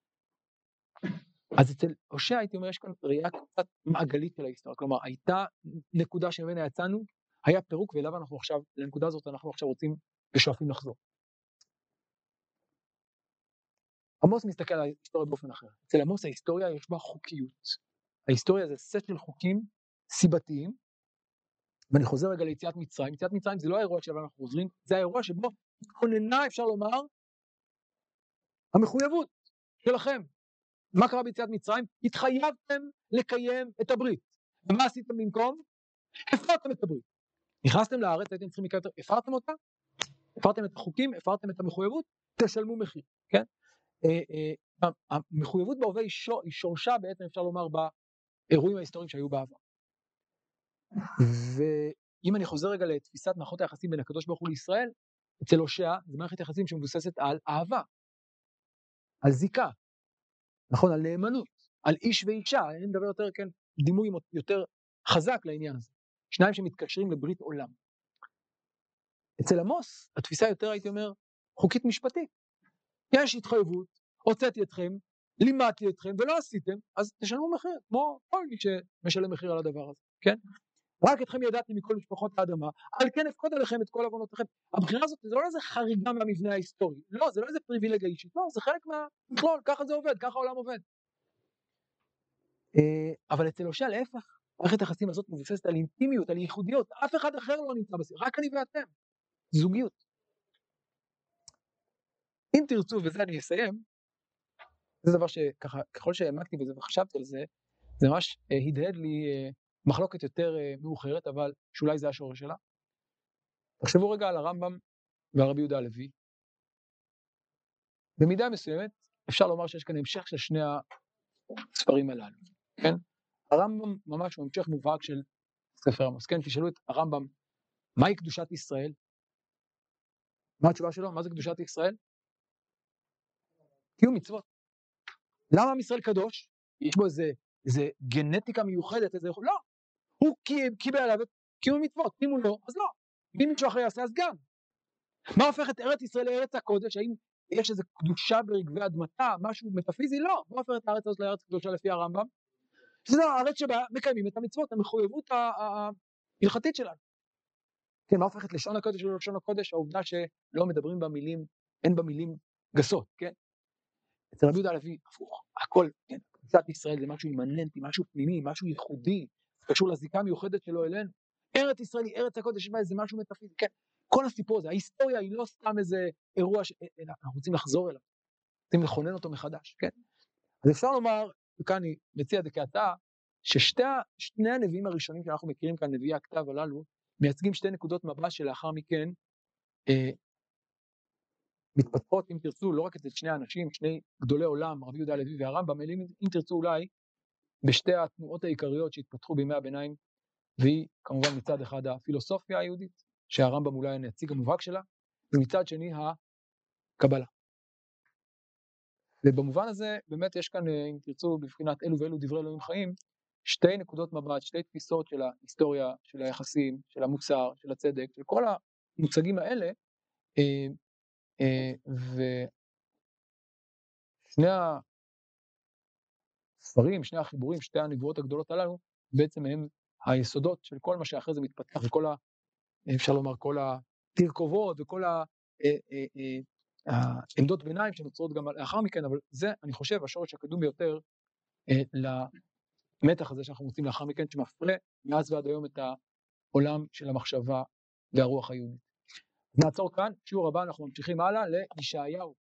אז אצל הושע הייתי אומר, יש כאן ראייה קצת מעגלית של ההיסטוריה, כלומר, הייתה נקודה שממנה יצאנו, היה פירוק, ואליו אנחנו עכשיו, לנקודה הזאת אנחנו עכשיו רוצים ושואפים לחזור. עמוס מסתכל על ההיסטוריה באופן אחר. אצל עמוס ההיסטוריה יש בה חוקיות. ההיסטוריה זה סט של חוקים סיבתיים, ואני חוזר רגע ליציאת מצרים. יציאת מצרים זה לא האירוע שלנו אנחנו חוזרים, זה האירוע שבו כוננה, אפשר לומר, המחויבות שלכם. מה קרה ביציאת מצרים? התחייבתם לקיים את הברית. ומה עשיתם במקום? הפרתם את הברית. נכנסתם לארץ, הייתם צריכים לקיים, הפרתם אותה? הפרתם את החוקים, הפרתם את המחויבות, תשלמו מחיר, כן? המחויבות בהווה היא שורשה בעצם, אפשר לומר, באירועים ההיסטוריים שהיו בעבר. ואם אני חוזר רגע לתפיסת מערכות היחסים בין הקדוש ברוך הוא לישראל, אצל הושע זה מערכת יחסים שמבוססת על אהבה, על זיקה, נכון, על נאמנות, על איש ואישה, אני מדבר יותר, כן, דימוי יותר חזק לעניין הזה, שניים שמתקשרים לברית עולם. אצל עמוס, התפיסה יותר, הייתי אומר, חוקית משפטית. יש התחייבות, הוצאתי אתכם, לימדתי אתכם, ולא עשיתם, אז תשלמו מחיר, כמו כל מי שמשלם מחיר על הדבר הזה, כן? רק אתכם ידעתי מכל משפחות האדמה, על כן אפקוד עליכם את כל עוונותיכם. הבחירה הזאת זה לא איזה חריגה מהמבנה ההיסטורי, לא, זה לא איזה פריבילגיה אישית, לא, זה חלק מהמכלול, ככה זה עובד, ככה העולם עובד. אבל אצל הושע להפך, מערכת היחסים הזאת מבוססת על אינטימיות, על ייחודיות, אף אחד אחר לא נמצא בזה, רק אני ואתם, זוגיות. אם תרצו, וזה אני אסיים, זה דבר שככה, ככל שהעמקתי בזה וחשבתי על זה, זה ממש הדהד לי מחלוקת יותר מאוחרת, אבל שאולי זה השורש שלה. תחשבו רגע על הרמב"ם והרבי יהודה הלוי. במידה מסוימת, אפשר לומר שיש כאן המשך של שני הספרים הללו, כן? הרמב"ם ממש הוא המשך מובהק של ספר עמוס, כן? תשאלו את הרמב"ם, מהי קדושת ישראל? מה התשובה שלו? מה זה קדושת ישראל? קיום מצוות. למה עם ישראל קדוש? יש בו איזה, איזה גנטיקה מיוחדת, איזה... לא, הוא קיבל עליו את קיום מצוות, אם הוא לא, אז לא. אם מישהו אחר יעשה, אז גם. מה הופך את ארץ ישראל לארץ הקודש? האם יש איזו קדושה ברגבי אדמתה, משהו מטאפיזי? לא. מה הופך את הארץ הזאת לארץ קדושה לפי הרמב"ם? שזה הארץ שבה מקיימים את המצוות, המחויבות ההלכתית שלנו. כן, מה הופכת לשון הקודש ולשון הקודש? העובדה שלא מדברים במילים, אין במילים גסות, כן? אצל רבי יהודה הלוי, הפוך, הכל, כן, קדושת ישראל זה משהו אימננטי, משהו פנימי, משהו ייחודי, קשור לזיקה המיוחדת שלו אלינו. ארץ ישראל היא ארץ הקודש, זה משהו מטאפיזי, כן? כל הסיפור הזה, ההיסטוריה היא לא סתם איזה אירוע שאנחנו רוצים לחזור אליו, רוצים לכונן אותו מחדש, כן? אז אפשר לומר, וכאן אני מציע את זה כהצעה, ששני הנביאים הראשונים שאנחנו מכירים כאן, נביאי הכתב הללו, מייצגים שתי נקודות מבט שלאחר מכן אה, מתפתחות, אם תרצו, לא רק אצל שני האנשים, שני גדולי עולם, רבי יהודה הלוי והרמב"ם, אלא אם תרצו אולי בשתי התנועות העיקריות שהתפתחו בימי הביניים, והיא כמובן מצד אחד הפילוסופיה היהודית, שהרמב"ם אולי הנציג המובהק שלה, ומצד שני הקבלה. ובמובן הזה באמת יש כאן, אם תרצו, בבחינת אלו ואלו דברי אלוהים חיים, שתי נקודות מבט, שתי תפיסות של ההיסטוריה, של היחסים, של המוסר, של הצדק, של כל המוצגים האלה, אה, אה, ושני הספרים, שני החיבורים, שתי הנבואות הגדולות הללו, בעצם הם היסודות של כל מה שאחרי זה מתפתח, וכל ה... אפשר לומר, כל התרכובות וכל ה... העמדות ביניים שנוצרות גם לאחר מכן, אבל זה, אני חושב, השורש הקדום ביותר למתח הזה שאנחנו מוצאים לאחר מכן, שמפרה מאז ועד היום את העולם של המחשבה והרוח היהודית. נעצור כאן, שיעור הבא אנחנו ממשיכים הלאה לישעיהו.